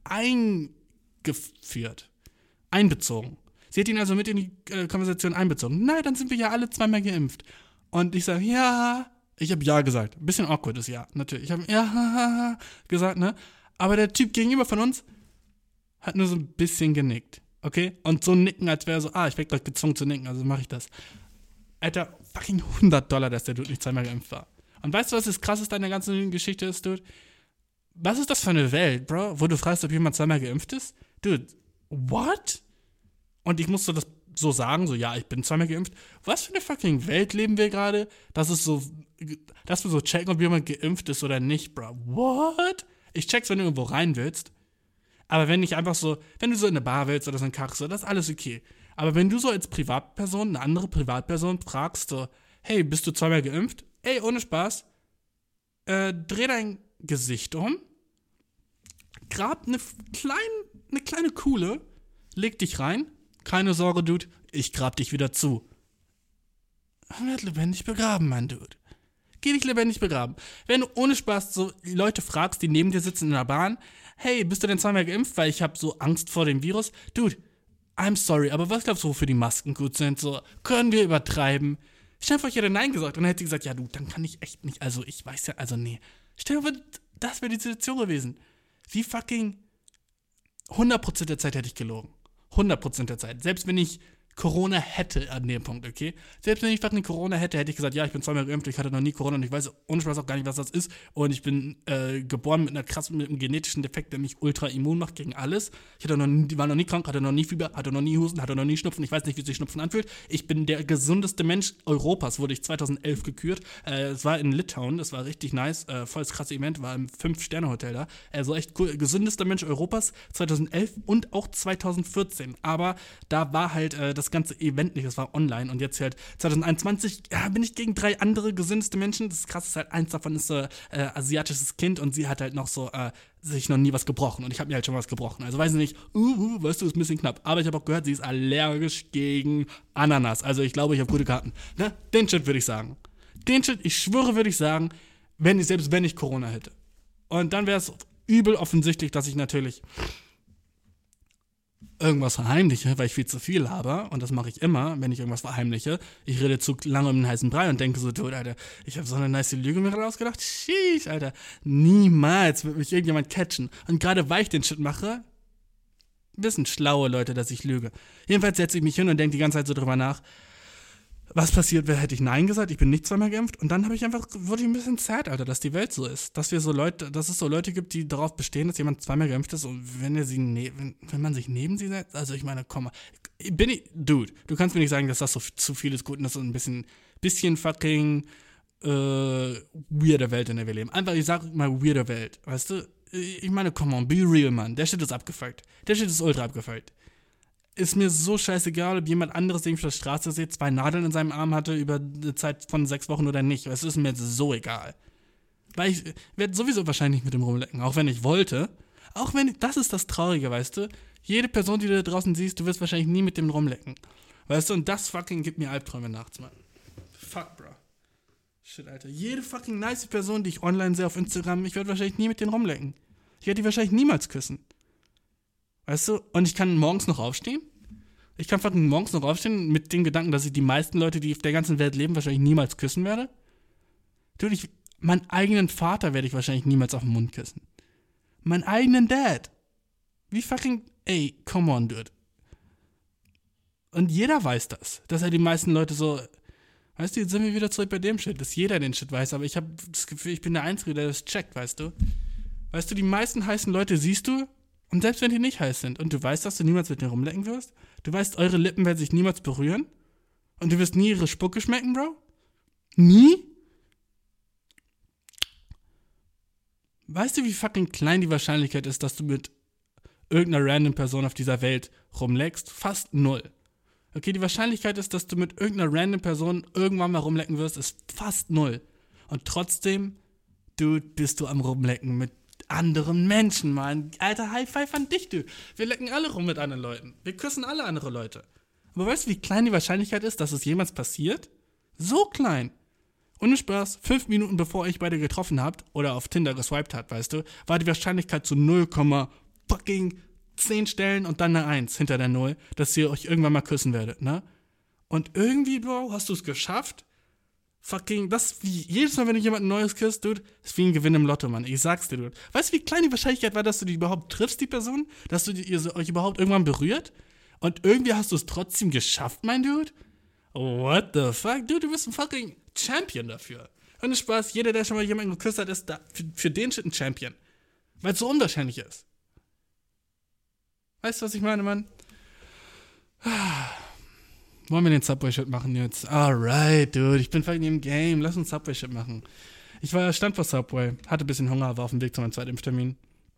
einbezogen. Sie hat ihn also mit in die Konversation einbezogen. Nein, dann sind wir ja alle zweimal geimpft. Und ich sage, ja. Ich habe ja gesagt. Ein bisschen awkward ist ja, natürlich. Ich habe ja gesagt, ne? Aber der Typ gegenüber von uns hat nur so ein bisschen genickt. Okay? Und so nicken, als wäre so, ich werde gleich gezwungen zu nicken, also mache ich das. Alter, fucking $100, dass der Dude nicht zweimal geimpft war. Und weißt du, was das Krasseste an der ganzen Geschichte ist, Dude? Was ist das für eine Welt, Bro? Wo du fragst, ob jemand zweimal geimpft ist? Dude, what? Und ich musste das so sagen, so, ja, ich bin zweimal geimpft. Was für eine fucking Welt leben wir gerade, dass wir so checken, ob jemand geimpft ist oder nicht, bro. What? Ich check's, wenn du irgendwo rein willst. Aber wenn ich einfach so, wenn du so in eine Bar willst oder so ein Kack, so, das ist alles okay. Aber wenn du so als Privatperson, eine andere Privatperson fragst, so, hey, bist du zweimal geimpft? Ey, ohne Spaß, dreh dein Gesicht um, grab eine kleine Kuhle, leg dich rein. Keine Sorge, Dude, ich grab dich wieder zu. Werd lebendig begraben, mein Dude. Geh dich lebendig begraben. Wenn du ohne Spaß so Leute fragst, die neben dir sitzen in der Bahn, hey, bist du denn zweimal geimpft, weil ich habe so Angst vor dem Virus? Dude, I'm sorry, aber was glaubst du, wofür die Masken gut sind? So, können wir übertreiben? Stell dir vor, ich hätte Nein gesagt und dann hätte sie gesagt, ja du, dann kann ich echt nicht, also ich weiß ja, also nee. Stell dir vor, das wäre die Situation gewesen. Wie fucking 100% der Zeit hätte ich gelogen. 100% der Zeit. Selbst wenn ich Corona hätte an dem Punkt, okay? Selbst wenn ich fucking Corona hätte, hätte ich gesagt, ja, ich bin zweimal geimpft, ich hatte noch nie Corona und ich weiß ohne Spaß auch gar nicht, was das ist. Und ich bin geboren mit einem genetischen Defekt, der mich ultra immun macht gegen alles. Ich war noch nie krank, hatte noch nie Fieber, hatte noch nie Husten, hatte noch nie Schnupfen. Ich weiß nicht, wie sich Schnupfen anfühlt. Ich bin der gesundeste Mensch Europas, wurde ich 2011 gekürt. Es war in Litauen, das war richtig nice, voll das krasse Event, war im 5-Sterne-Hotel da. Also echt cool, gesündester Mensch Europas 2011 und auch 2014. Aber da war halt das ganze Event nicht, das war online und jetzt halt 2021 bin ich gegen 3 andere gesündeste Menschen. Das krasse ist halt, eins davon ist so asiatisches Kind und sie hat halt noch so sich noch nie was gebrochen und ich habe mir halt schon was gebrochen. Also weiß ich nicht, weißt du, ist ein bisschen knapp. Aber ich habe auch gehört, sie ist allergisch gegen Ananas. Also ich glaube, ich habe gute Karten. Ne? Den Shit würde ich sagen. Den Shit, ich schwöre, würde ich sagen, selbst wenn ich Corona hätte. Und dann wäre es übel offensichtlich, dass ich natürlich irgendwas verheimliche, weil ich viel zu viel habe. Und das mache ich immer, wenn ich irgendwas verheimliche. Ich rede zu lange um den heißen Brei und denke so, dude, Alter, ich habe so eine nice Lüge mir rausgedacht. Sheesh, Alter. Niemals wird mich irgendjemand catchen. Und gerade weil ich den Shit mache, wissen schlaue Leute, dass ich lüge. Jedenfalls setze ich mich hin und denke die ganze Zeit so drüber nach, was passiert wäre, hätte ich Nein gesagt, ich bin nicht zweimal geimpft. Und dann wurde ich ein bisschen sad, Alter, dass die Welt so ist. Dass es so Leute gibt, die darauf bestehen, dass jemand zweimal geimpft ist und wenn man sich neben sie setzt, also ich meine, komm mal, Dude, du kannst mir nicht sagen, dass das so zu viel ist gut und das ist ein bisschen fucking weirde Welt, in der wir leben. Einfach, ich sag mal weirde Welt, weißt du? Ich meine, come on, be real, Mann. Der Shit ist abgefuckt. Der Shit ist ultra abgefuckt. Ist mir so scheißegal, ob jemand anderes, den ich auf der Straße sehe, 2 Nadeln in seinem Arm hatte über eine Zeit von 6 Wochen oder nicht. Es ist mir so egal. Weil ich werde sowieso wahrscheinlich mit dem rumlecken, auch wenn ich wollte. Das ist das Traurige, weißt du? Jede Person, die du da draußen siehst, du wirst wahrscheinlich nie mit dem rumlecken. Weißt du, und das fucking gibt mir Albträume nachts, Mann. Fuck, bro. Shit, Alter. Jede fucking nice Person, die ich online sehe auf Instagram, ich werde wahrscheinlich nie mit denen rumlecken. Ich werde die wahrscheinlich niemals küssen. Weißt du? Und ich kann morgens noch aufstehen. Ich kann fucking morgens noch aufstehen mit dem Gedanken, dass ich die meisten Leute, die auf der ganzen Welt leben, wahrscheinlich niemals küssen werde. Dude, meinen eigenen Vater werde ich wahrscheinlich niemals auf den Mund küssen. Meinen eigenen Dad. Wie fucking, ey, come on, dude. Und jeder weiß das, dass die meisten Leute so, weißt du, jetzt sind wir wieder zurück bei dem Shit, dass jeder den Shit weiß, aber ich habe das Gefühl, ich bin der Einzige, der das checkt, weißt du. Weißt du, die meisten heißen Leute siehst du, und selbst wenn die nicht heiß sind, und du weißt, dass du niemals mit denen rumlecken wirst, du weißt, eure Lippen werden sich niemals berühren, und du wirst nie ihre Spucke schmecken, Bro? Nie? Weißt du, wie fucking klein die Wahrscheinlichkeit ist, dass du mit irgendeiner random Person auf dieser Welt rumleckst? Fast 0. Okay, die Wahrscheinlichkeit ist, dass du mit irgendeiner random Person irgendwann mal rumlecken wirst, ist fast 0. Und trotzdem, dude, bist du am Rumlecken mit anderen Menschen, Mann. Alter, High Five an dich, du. Wir lecken alle rum mit anderen Leuten. Wir küssen alle andere Leute. Aber weißt du, wie klein die Wahrscheinlichkeit ist, dass es jemals passiert? So klein. Ohne Spaß, 5 Minuten bevor ich beide getroffen habt oder auf Tinder geswiped habt, weißt du, war die Wahrscheinlichkeit zu 0,10 Stellen und dann eine 1 hinter der 0, dass ihr euch irgendwann mal küssen werdet, ne? Und irgendwie, Bro, hast du es geschafft? Fucking, das wie jedes Mal, wenn du jemanden Neues küsst, Dude, ist wie ein Gewinn im Lotto, Mann. Ich sag's dir, Dude. Weißt du, wie klein die Wahrscheinlichkeit war, dass du die überhaupt triffst, die Person? Dass ihr euch überhaupt irgendwann berührt? Und irgendwie hast du es trotzdem geschafft, mein Dude? What the fuck? Dude, du bist ein fucking Champion dafür. Ohne Spaß, jeder, der schon mal jemanden geküsst hat, ist da für den Shit ein Champion. Weil es so unwahrscheinlich ist. Weißt du, was ich meine, Mann? Wollen wir den Subway-Shit machen jetzt? Alright, dude, ich bin fucking im Game. Lass uns Subway-Shit machen. Stand vor Subway, hatte ein bisschen Hunger, war auf dem Weg zu meinem Zweitimpftermin.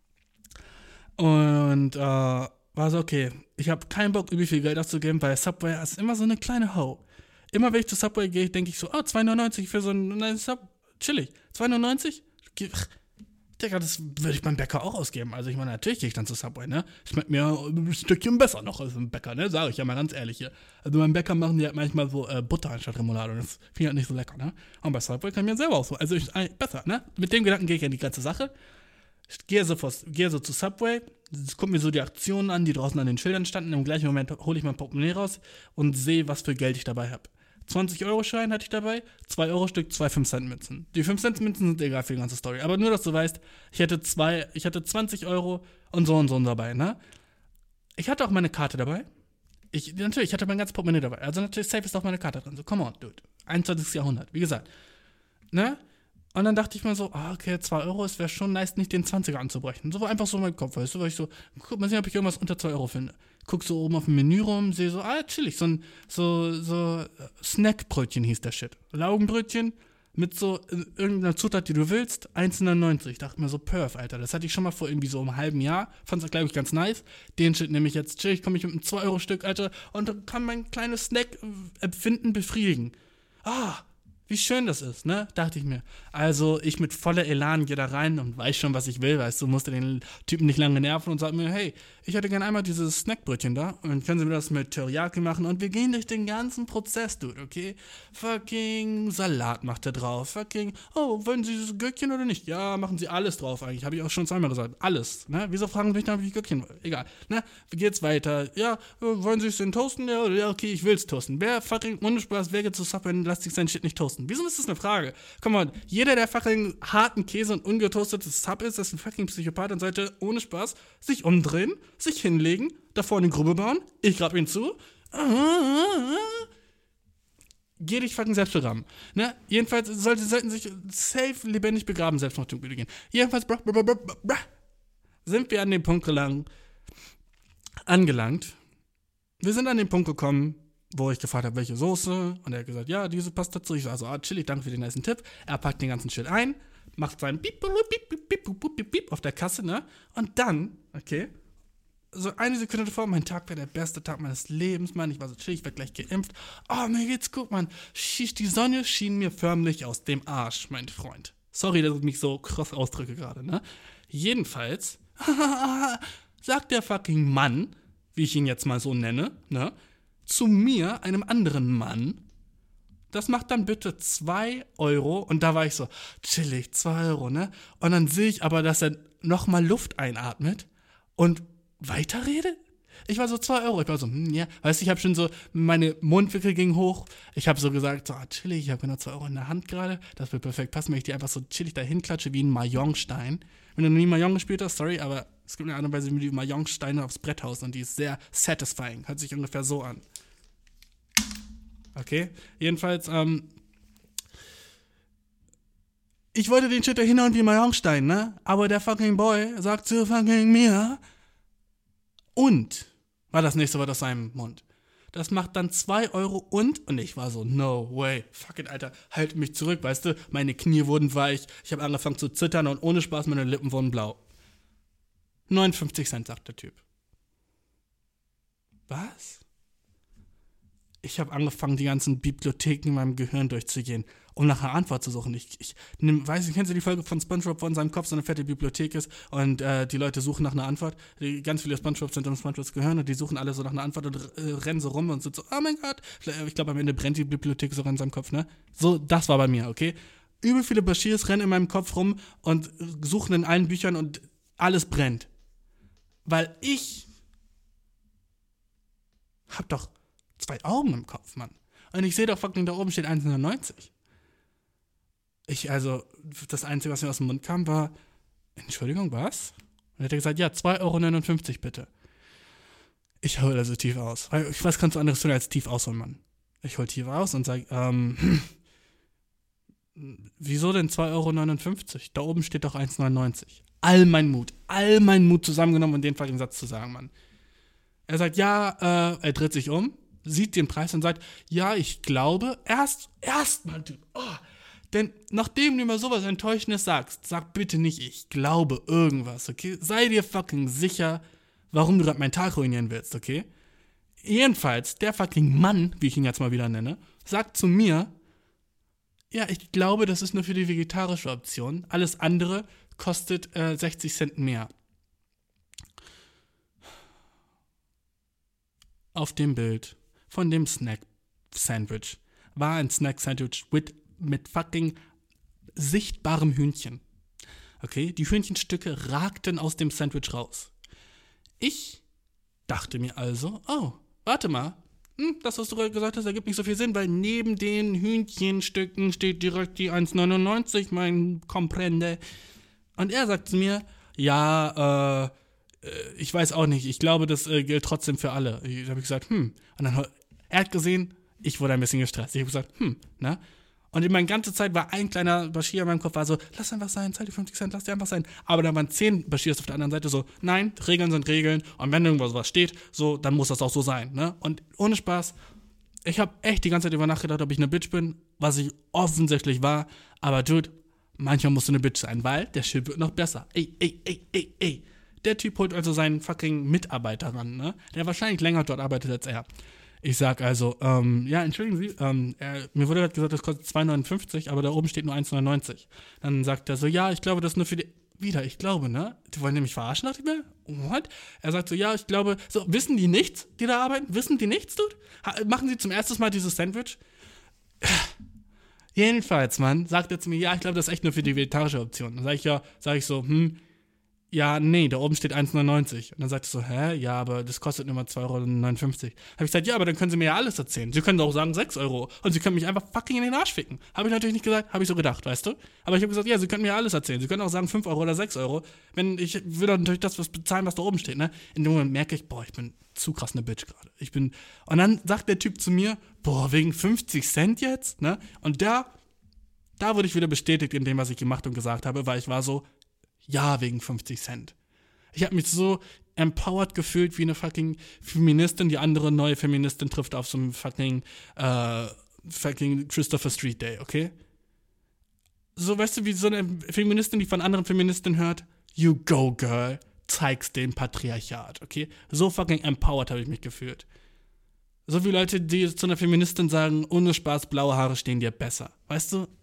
Und war so, okay, ich habe keinen Bock, übel viel Geld auszugeben, weil Subway ist immer so eine kleine Ho. Immer wenn ich zu Subway gehe, denke ich so, 2,99 für so einen chillig. 2,99? Digga, das würde ich beim Bäcker auch ausgeben. Also ich meine, natürlich gehe ich dann zu Subway, ne? Schmeckt mir ein Stückchen besser noch als im Bäcker, ne? Sage ich ja mal ganz ehrlich hier. Also beim Bäcker machen die halt manchmal so Butter anstatt Remoulade. Das finde ich halt nicht so lecker, ne? Und bei Subway kann ich mir selber auch so. Also besser, ne? Mit dem Gedanken gehe ich an die ganze Sache. Ich gehe so zu Subway, gucke mir so die Aktionen an, die draußen an den Schildern standen. Im gleichen Moment hole ich mein Portemonnaie raus und sehe, was für Geld ich dabei habe. 20-Euro-Schein hatte ich dabei, 2-Euro-Stück, 2 5-Cent-Münzen. Die 5-Cent-Münzen sind egal für die ganze Story. Aber nur, dass du weißt, ich hatte 20 Euro und so dabei, ne? Ich hatte auch meine Karte dabei. Ich hatte mein ganzes Portemonnaie dabei. Also natürlich safe ist auch meine Karte drin. So, come on, dude. 21. Jahrhundert, wie gesagt. Ne? Und dann dachte ich mir so, okay, 2 Euro, es wäre schon nice, nicht den 20er anzubrechen. So war einfach so mein Kopf, weißt du, weil ich so, guck mal sehen, ob ich irgendwas unter 2 Euro finde. Guck so oben auf dem Menü rum, sehe so, chillig, so Snackbrötchen hieß der Shit. Laugenbrötchen mit so irgendeiner Zutat, die du willst, 1,99. Ich dachte mir so, perf, Alter, das hatte ich schon mal vor irgendwie so einem halben Jahr, fand's, glaube ich, ganz nice. Den Shit nehme ich jetzt, chillig, komme ich mit einem 2-Euro-Stück, Alter, und dann kann mein kleines Snack-Empfinden befriedigen. Wie schön das ist, ne? Dachte ich mir. Also, ich mit voller Elan gehe da rein und weiß schon, was ich will, weißt du, musste den Typen nicht lange nerven und sag mir, hey, ich hätte gerne einmal dieses Snackbrötchen da und können Sie mir das mit Teriyaki machen und wir gehen durch den ganzen Prozess, Dude, okay? Fucking Salat macht er drauf, fucking, wollen Sie dieses Gürkchen oder nicht? Ja, machen Sie alles drauf eigentlich, habe ich auch schon zweimal gesagt, alles, ne? Wieso fragen Sie mich dann, wie ich Gürkchen will? Egal, ne? Wie geht's weiter? Ja, wollen Sie es denn toasten? Ja, okay, ich will's toasten. Wer fucking, ohne Spaß, wer geht zu Subway und lässt sich sein Shit nicht toasten? Wieso ist das eine Frage? Komm mal, jeder, der fucking harten Käse und ungetoastetes Sub ist ein fucking Psychopath und sollte ohne Spaß sich umdrehen, sich hinlegen, da vorne eine Grube bauen, ich grab ihn zu, geh dich fucking selbst begraben. Ne? Jedenfalls sollten sich safe lebendig begraben, selbst noch dunkel gehen. Jedenfalls sind wir an dem Punkt angelangt. Wir sind an den Punkt gekommen, wo ich gefragt habe, welche Soße. Und er hat gesagt, ja, diese passt dazu. Ich so, also, chillig, danke für den nice Tipp. Er packt den ganzen Shit ein, macht seinen Piep, Piep, Piep, Piep, Piep, Piep, Piep auf der Kasse, ne? Und dann, okay, so eine Sekunde davor, mein Tag wäre der beste Tag meines Lebens, Mann. Ich war so chill, ich werde gleich geimpft. Oh, mir geht's gut, Mann. Die Sonne schien mir förmlich aus dem Arsch, mein Freund. Sorry, dass ich mich so krass ausdrücke gerade, ne? Jedenfalls sagt der fucking Mann, wie ich ihn jetzt mal so nenne, ne, zu mir, einem anderen Mann, das macht dann bitte 2 Euro. Und da war ich so, chillig, 2 Euro, ne? Und dann sehe ich aber, dass er nochmal Luft einatmet und weiterredet. Ich war so 2 Euro. Ich war so, ja. Weißt du, ich habe schon so, meine Mundwinkel gingen hoch. Ich habe so gesagt, so, chillig, ich habe genau 2 Euro in der Hand gerade. Das wird perfekt passen, wenn ich die einfach so chillig dahin klatsche wie ein Mahjongstein. Wenn du noch nie Mahjong gespielt hast, sorry, aber es gibt eine Art und Weise, wie du Mahjongsteine aufs Brett haust und die ist sehr satisfying. Hört sich ungefähr so an. Okay, jedenfalls, ich wollte den Shit da hinhauen wie Mahjongstein, ne? Aber der fucking Boy sagt zu fucking mir und war das nächste Wort aus seinem Mund. Das macht dann 2 Euro und ich war so, no way, fuck it, Alter, halt mich zurück, weißt du? Meine Knie wurden weich, ich habe angefangen zu zittern und ohne Spaß, meine Lippen wurden blau. 59 Cent, sagt der Typ. Was? Ich habe angefangen, die ganzen Bibliotheken in meinem Gehirn durchzugehen, um nach einer Antwort zu suchen. Weiß nicht, kennst du die Folge von SpongeBob, wo in seinem Kopf so eine fette Bibliothek ist und die Leute suchen nach einer Antwort? Ganz viele SpongeBob sind in SpongeBobs Gehirn und die suchen alle so nach einer Antwort und rennen so rum und sind so, oh mein Gott. Ich glaube, am Ende brennt die Bibliothek sogar in seinem Kopf, ne? So, das war bei mir, okay? Übel viele Bashirs rennen in meinem Kopf rum und suchen in allen Büchern und alles brennt. Weil ich hab doch 2 Augen im Kopf, Mann. Und ich sehe doch fucking, da oben steht 1,99. Das Einzige, was mir aus dem Mund kam, war, Entschuldigung, was? Und er hat gesagt, ja, 2,59 Euro bitte. Ich hole also tief aus. Weil was kannst du anderes tun als tief ausholen, Mann? Ich hole tief aus und sage, wieso denn 2,59 Euro? Da oben steht doch 1,99. All mein Mut zusammengenommen, um den fucking Satz zu sagen, Mann. Er sagt, ja, er dreht sich um, sieht den Preis und sagt, ja, ich glaube, erst mal, Typ, denn nachdem du mir sowas Enttäuschendes sagst, sag bitte nicht, ich glaube irgendwas, okay? Sei dir fucking sicher, warum du gerade meinen Tag ruinieren willst, okay? Jedenfalls, der fucking Mann, wie ich ihn jetzt mal wieder nenne, sagt zu mir, ja, ich glaube, das ist nur für die vegetarische Option, alles andere kostet 60 Cent mehr. Auf dem Bild von dem Snack-Sandwich war ein Snack-Sandwich mit fucking sichtbarem Hühnchen. Okay, die Hühnchenstücke ragten aus dem Sandwich raus. Ich dachte mir also, oh, warte mal, das, was du gerade gesagt hast, ergibt nicht so viel Sinn, weil neben den Hühnchenstücken steht direkt die 1,99, mein Comprende. Und er sagt zu mir, ja, ich weiß auch nicht, ich glaube, das gilt trotzdem für alle. Da habe ich gesagt, Und dann, er hat gesehen, ich wurde ein bisschen gestresst. Ich habe gesagt, ne? Und in meiner ganzen Zeit war ein kleiner Bashir in meinem Kopf, war so, lass einfach sein, zahl die 50 Cent, lass die einfach sein. Aber dann waren 10 Bashirs auf der anderen Seite so, nein, Regeln sind Regeln. Und wenn irgendwo sowas steht, so, dann muss das auch so sein, ne? Und ohne Spaß, ich habe echt die ganze Zeit über nachgedacht, ob ich eine Bitch bin, was ich offensichtlich war. Aber Dude, manchmal musst du eine Bitch sein, weil der Shit wird noch besser. Ey. Der Typ holt also seinen fucking Mitarbeiter ran, ne? Der wahrscheinlich länger dort arbeitet als er. Ich sag also, ja, entschuldigen Sie, mir wurde gerade gesagt, das kostet 2,59, aber da oben steht nur 1,99. Dann sagt er so, ja, ich glaube, das ist nur für die, ich glaube, ne? Die wollen nämlich verarschen, dachte ich mir. What? Er sagt so, ja, ich glaube, so, wissen die nichts, die da arbeiten? Wissen die nichts, Dude? Machen sie zum ersten Mal dieses Sandwich? Jedenfalls, Mann, sagt er zu mir, ja, ich glaube, das ist echt nur für die vegetarische Option. Dann sag ich so, ja, nee, da oben steht 1,99. Und dann sagt er so, ja, aber das kostet nur mal 2,59 Euro. Habe ich gesagt, ja, aber dann können Sie mir ja alles erzählen. Sie können doch auch sagen 6 Euro. Und Sie können mich einfach fucking in den Arsch ficken. Habe ich natürlich nicht gesagt, habe ich so gedacht, weißt du? Aber ich habe gesagt, ja, Sie können mir ja alles erzählen. Sie können auch sagen 5 Euro oder 6 Euro. Ich will doch natürlich das bezahlen, was da oben steht, ne? In dem Moment merke ich, ich bin zu krass eine Bitch gerade. Und dann sagt der Typ zu mir, wegen 50 Cent jetzt, ne? Und da wurde ich wieder bestätigt in dem, was ich gemacht und gesagt habe, weil ich war so, ja, wegen 50 Cent. Ich habe mich so empowered gefühlt wie eine fucking Feministin, die andere neue Feministin trifft auf so einem fucking Christopher Street Day, okay? So, weißt du, wie so eine Feministin, die von anderen Feministinnen hört, you go, girl. zeigst dem Patriarchat, okay? So fucking empowered habe ich mich gefühlt. So wie Leute, die zu einer Feministin sagen, ohne Spaß, blaue Haare stehen dir besser. Weißt du?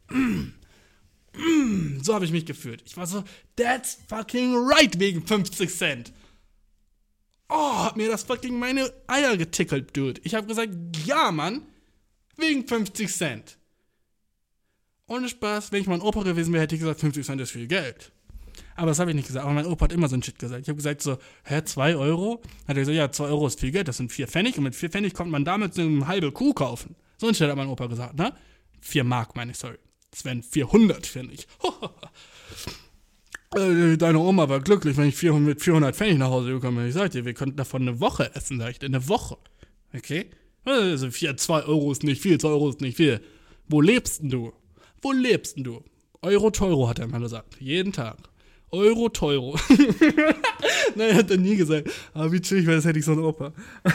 So habe ich mich gefühlt. Ich war so, that's fucking right, wegen 50 Cent. Oh, hat mir das fucking meine Eier getickelt, Dude. Ich habe gesagt, ja, Mann, wegen 50 Cent. Ohne Spaß, wenn ich mein Opa gewesen wäre, hätte ich gesagt, 50 Cent ist viel Geld. Aber das habe ich nicht gesagt. Aber mein Opa hat immer so ein Shit gesagt. Ich habe gesagt so, 2 Euro? Hat er gesagt, ja, 2 Euro ist viel Geld, das sind 4 Pfennig. Und mit 4 Pfennig konnte man damit so eine halbe Kuh kaufen. So ein Shit hat mein Opa gesagt, ne? 4 Mark, meine ich, sorry. Das wären 400 Pfennig. Deine Oma war glücklich, wenn ich mit 400 Pfennig nach Hause gekommen bin. Ich sag dir, wir könnten davon eine Woche essen, sag ich dir. Eine Woche. Okay? Also 2 Euro ist nicht viel, 2 Euro ist nicht viel. Wo lebst denn du? Wo lebst denn du? Euro teuro, hat er immer gesagt. Jeden Tag. Euro teuro. Nein, hat er nie gesagt. Aber wie chillig, weil das hätte ich so einen Opa.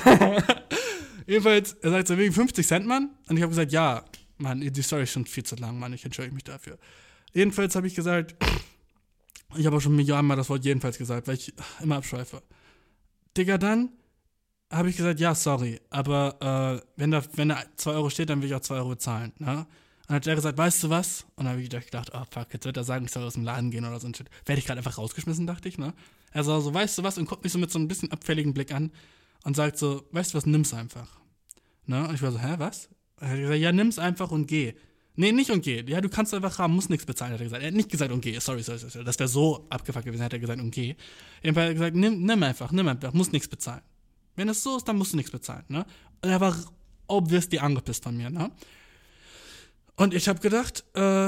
Jedenfalls, er sagt so, wegen 50 Cent, Mann. Und ich habe gesagt, ja, Mann, die Story ist schon viel zu lang, Mann. Ich entschuldige mich dafür. Jedenfalls habe ich gesagt, ich habe auch schon Millionen Mal das Wort jedenfalls gesagt, weil ich immer abschweife. Digga, dann habe ich gesagt, ja, sorry, aber wenn da 2 Euro steht, dann will ich auch 2 Euro bezahlen, ne? Und dann hat er gesagt, weißt du was? Und dann habe ich gedacht, oh fuck, jetzt wird er sagen, ich soll aus dem Laden gehen oder so ein Shit. Werde ich gerade einfach rausgeschmissen, dachte ich, ne? Er sah so, weißt du was? Und guckt mich so mit so ein bisschen abfälligen Blick an und sagt so, weißt du was, nimm's einfach. Ne? Und ich war so, was? Und er hat gesagt, ja, nimm's einfach und geh. Nee, nicht und geh. Ja, du kannst einfach haben, musst nichts bezahlen, hat er gesagt. Er hat nicht gesagt und geh, sorry. Das wäre so abgefuckt gewesen, hat er gesagt und geh. Jedenfalls hat er gesagt, nimm einfach, musst nichts bezahlen. Wenn es so ist, dann musst du nichts bezahlen, ne? Und er war obviously angepisst von mir, ne? Und ich habe gedacht,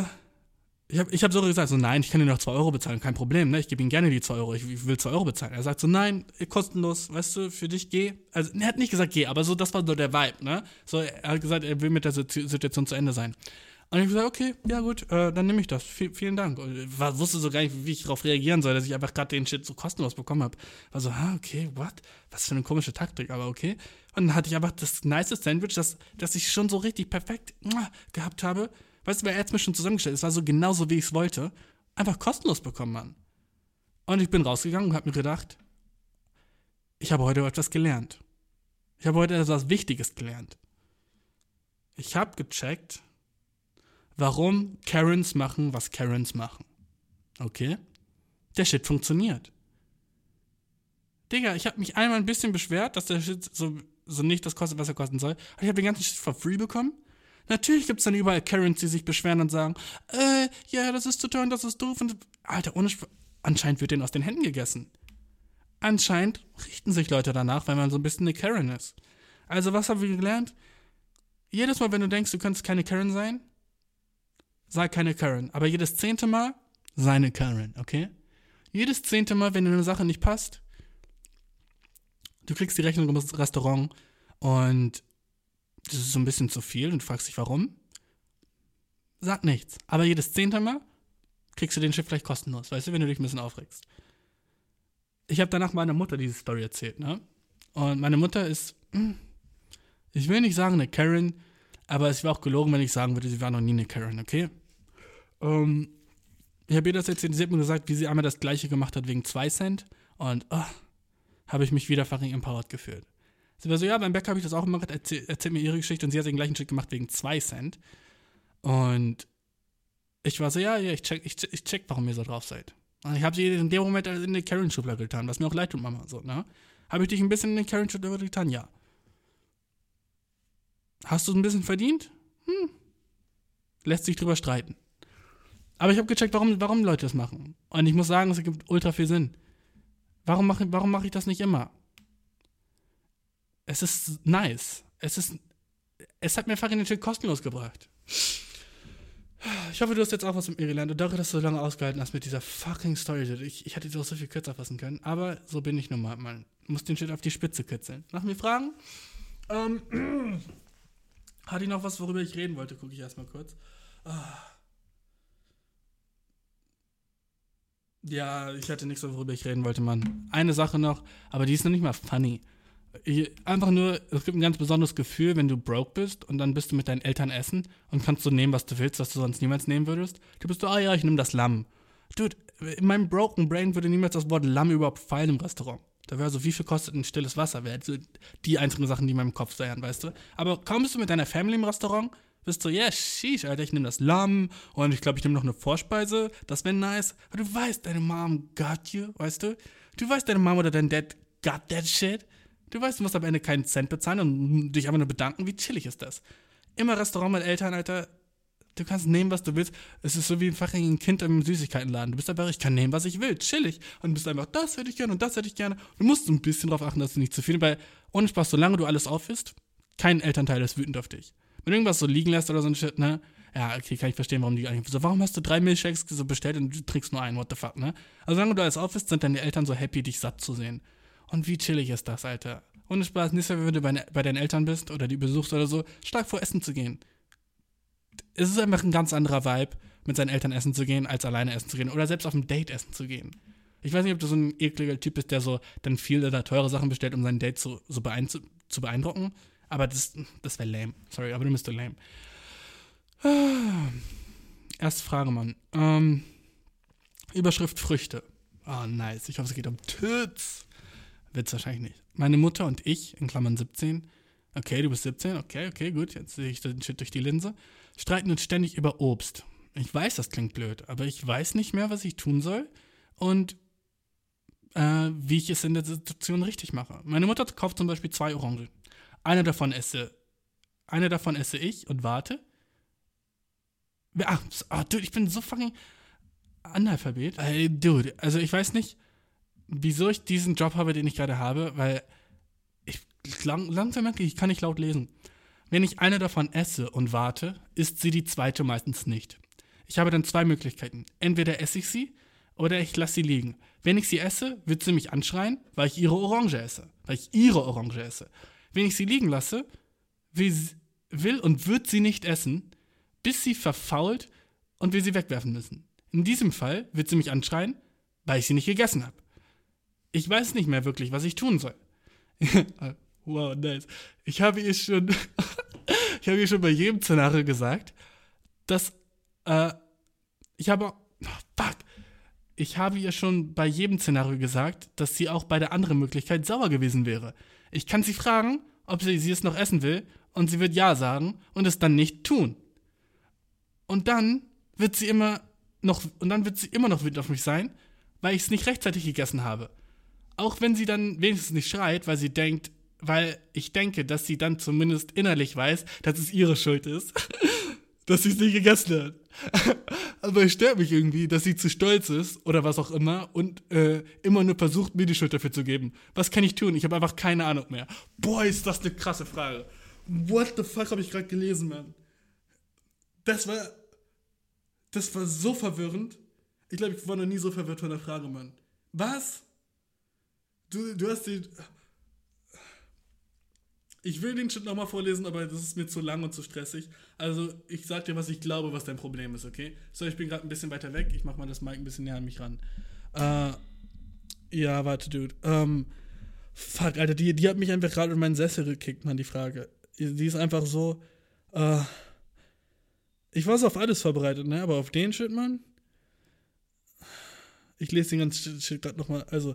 ich habe so gesagt, so nein, ich kann dir noch 2 Euro bezahlen, kein Problem, ne? Ich gebe ihm gerne die 2 Euro, ich will 2 Euro bezahlen. Er sagt so, nein, kostenlos, weißt du, für dich geh. Also, er hat nicht gesagt geh, aber so, das war so der Vibe, ne? So, er hat gesagt, er will mit der Situation zu Ende sein. Und ich habe gesagt, okay, ja gut, dann nehme ich das. Vielen Dank. Und ich wusste so gar nicht, wie ich darauf reagieren soll, dass ich einfach gerade den Shit so kostenlos bekommen habe. War so, okay, what? Was für eine komische Taktik, aber okay. Und dann hatte ich einfach das nice Sandwich, das ich schon so richtig perfekt gehabt habe. Weißt du, weil er hat es mir schon zusammengestellt. Es war so genauso, wie ich es wollte. Einfach kostenlos bekommen, Mann. Und ich bin rausgegangen und habe mir gedacht, ich habe heute etwas gelernt. Ich habe heute etwas Wichtiges gelernt. Ich habe gecheckt, warum Karens machen, was Karens machen. Okay? Der Shit funktioniert. Digga, ich habe mich einmal ein bisschen beschwert, dass der Shit so nicht das kostet, was er kosten soll. Aber ich habe den ganzen Shit for free bekommen. Natürlich gibt es dann überall Karens, die sich beschweren und sagen, ja, das ist zu teuer und das ist doof. Und Alter, anscheinend wird denen aus den Händen gegessen. Anscheinend richten sich Leute danach, weil man so ein bisschen eine Karen ist. Also was haben wir gelernt? Jedes Mal, wenn du denkst, du könntest keine Karen sein, sei keine Karen. Aber jedes 10. Mal, sei eine Karen, okay? Jedes 10. Mal, wenn dir eine Sache nicht passt, du kriegst die Rechnung im Restaurant und das ist so ein bisschen zu viel und du fragst dich, warum? Sag nichts. Aber jedes 10. Mal kriegst du den Shit vielleicht kostenlos, weißt du, wenn du dich ein bisschen aufregst. Ich habe danach meiner Mutter diese Story erzählt, ne? Und meine Mutter ist, ich will nicht sagen eine Karen, aber es wäre auch gelogen, wenn ich sagen würde, sie war noch nie eine Karen, okay? Ich habe ihr das erzählt, sie hat mir gesagt, wie sie einmal das Gleiche gemacht hat wegen 2 Cent und habe ich mich wieder fucking empowered gefühlt. Sie war so, ja, beim Bäcker habe ich das auch gemacht, erzählt mir ihre Geschichte und sie hat den gleichen Shit gemacht wegen 2 Cent. Und ich war so, ja, ich check, warum ihr so drauf seid. Und ich habe sie in dem Moment in eine Karen-Schublade getan, was mir auch leid tut, Mama, so, ne? Habe ich dich ein bisschen in eine Karen-Schublade getan? Ja. Hast du es ein bisschen verdient? Lässt sich drüber streiten. Aber ich habe gecheckt, warum Leute das machen. Und ich muss sagen, es ergibt ultra viel Sinn. Warum mache ich das nicht immer? Es ist nice. Es hat mir fucking den Shit kostenlos gebracht. Ich hoffe, du hast jetzt auch was mit mir gelernt und danke, dass du so lange ausgehalten hast mit dieser fucking Story. Ich hätte die auch so viel kürzer fassen können, aber so bin ich nun mal, Mann. Muss den Shit auf die Spitze kitzeln. Nach mir fragen? Hatte ich noch was, worüber ich reden wollte? Gucke ich erstmal kurz. Ja, ich hatte nichts, worüber ich reden wollte, Mann. Eine Sache noch, aber die ist noch nicht mal funny. Einfach nur, es gibt ein ganz besonderes Gefühl, wenn du broke bist und dann bist du mit deinen Eltern essen und kannst so nehmen, was du willst, was du sonst niemals nehmen würdest. Du bist so, ja, ich nehme das Lamm. Dude, in meinem Broken Brain würde niemals das Wort Lamm überhaupt fallen im Restaurant. Da wäre so, wie viel kostet ein stilles Wasser? Wäre so die einzigen Sachen, die in meinem Kopf wären, weißt du? Aber kaum bist du mit deiner Family im Restaurant, bist du, yeah, sheesh, Alter, ich nehme das Lamm und ich glaube, ich nehme noch eine Vorspeise, das wäre nice. Aber du weißt, deine Mom got you, weißt du? Du weißt, deine Mom oder dein Dad got that shit. Du weißt, du musst am Ende keinen Cent bezahlen und dich einfach nur bedanken. Wie chillig ist das? Immer Restaurant mit Eltern, Alter. Du kannst nehmen, was du willst. Es ist so wie ein Kind im Süßigkeitenladen. Du bist einfach, ich kann nehmen, was ich will. Chillig. Und du bist einfach, das hätte ich gerne und das hätte ich gerne. Du musst ein bisschen darauf achten, dass du nicht zu viel, weil ohne Spaß, solange du alles aufisst, kein Elternteil ist wütend auf dich. Wenn du irgendwas so liegen lässt oder so ein Shit, ne? Ja, okay, kann ich verstehen, warum die eigentlich so, warum hast du 3 Milchshakes so bestellt und du trinkst nur einen, what the fuck, ne? Also solange du alles aufisst, sind deine Eltern so happy, dich satt zu sehen. Und wie chillig ist das, Alter? Ohne Spaß, nächstes Mal, wenn du bei deinen Eltern bist oder die besuchst oder so, schlag vor, essen zu gehen. Es ist einfach ein ganz anderer Vibe, mit seinen Eltern essen zu gehen, als alleine essen zu gehen oder selbst auf einem Date essen zu gehen. Ich weiß nicht, ob du so ein ekliger Typ bist, der so dann viel oder teure Sachen bestellt, um sein Date zu beeindrucken, aber das wäre lame. Sorry, aber du bist so lame. Erste Frage, Mann. Überschrift Früchte. Oh, nice. Ich hoffe, es geht um Tits. Wird's wahrscheinlich nicht. Meine Mutter und ich, in Klammern 17, okay, du bist 17, okay, gut, jetzt sehe ich den Shit durch die Linse, streiten uns ständig über Obst. Ich weiß, das klingt blöd, aber ich weiß nicht mehr, was ich tun soll und wie ich es in der Situation richtig mache. Meine Mutter kauft zum Beispiel 2 Orangen. Eine davon esse ich und warte. Dude, ich bin so fucking Analphabet. Dude, also ich weiß nicht, wieso ich diesen Job habe, den ich gerade habe, weil ich langsam merke, ich kann nicht laut lesen. Wenn ich eine davon esse und warte, isst sie die zweite meistens nicht. Ich habe dann 2 Möglichkeiten. Entweder esse ich sie oder ich lasse sie liegen. Wenn ich sie esse, wird sie mich anschreien, weil ich ihre Orange esse. Wenn ich sie liegen lasse, will und wird sie nicht essen, bis sie verfault und wir sie wegwerfen müssen. In diesem Fall wird sie mich anschreien, weil ich sie nicht gegessen habe. Ich weiß nicht mehr wirklich, was ich tun soll. Wow, nice. Ich habe ihr schon bei jedem Szenario gesagt, dass ich habe ihr schon bei jedem Szenario gesagt, dass sie auch bei der anderen Möglichkeit sauer gewesen wäre. Ich kann sie fragen, ob sie es noch essen will, und sie wird ja sagen und es dann nicht tun. Und dann wird sie immer noch wütend auf mich sein, weil ich es nicht rechtzeitig gegessen habe. Auch wenn sie dann wenigstens nicht schreit, weil ich denke, dass sie dann zumindest innerlich weiß, dass es ihre Schuld ist, dass sie es nicht gegessen hat. Aber es stört mich irgendwie, dass sie zu stolz ist oder was auch immer und immer nur versucht, mir die Schuld dafür zu geben. Was kann ich tun? Ich habe einfach keine Ahnung mehr. Boah, ist das eine krasse Frage. What the fuck habe ich gerade gelesen, Mann? Das war so verwirrend. Ich glaube, ich war noch nie so verwirrt von der Frage, Mann. Was? Du hast den... Ich will den Shit nochmal vorlesen, aber das ist mir zu lang und zu stressig. Also, ich sag dir, was ich glaube, was dein Problem ist, okay? So, ich bin gerade ein bisschen weiter weg. Ich mach mal das Mic ein bisschen näher an mich ran. Ja, warte, Dude. Fuck, Alter, die hat mich einfach gerade in meinen Sessel gekickt, Mann, die Frage. Die ist einfach so, ich war so auf alles vorbereitet, ne? Aber auf den Shit, Mann? Ich lese den ganzen Shit gerade nochmal. Also,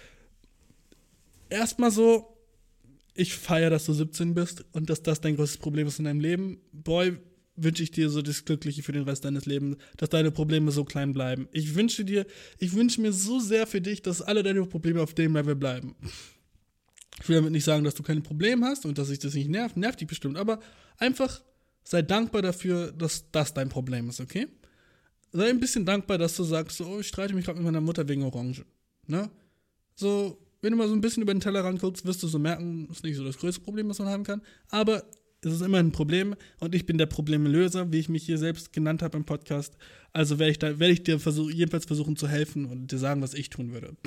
erstmal so, ich feiere, dass du 17 bist und dass das dein größtes Problem ist in deinem Leben. Boy, wünsche ich dir so das Glückliche für den Rest deines Lebens, dass deine Probleme so klein bleiben. Ich wünsche mir so sehr für dich, dass alle deine Probleme auf dem Level bleiben. Ich will damit nicht sagen, dass du keine Probleme hast und dass sich das nicht nervt dich bestimmt, aber einfach sei dankbar dafür, dass das dein Problem ist, okay? Sei ein bisschen dankbar, dass du sagst, so, oh, ich streite mich gerade mit meiner Mutter wegen Orange, ne? So, wenn du mal so ein bisschen über den Tellerrand guckst, wirst du so merken, das ist nicht so das größte Problem, was man haben kann, aber es ist immer ein Problem und ich bin der Problemlöser, wie ich mich hier selbst genannt habe im Podcast. Also werde ich dir jedenfalls versuchen zu helfen und dir sagen, was ich tun würde.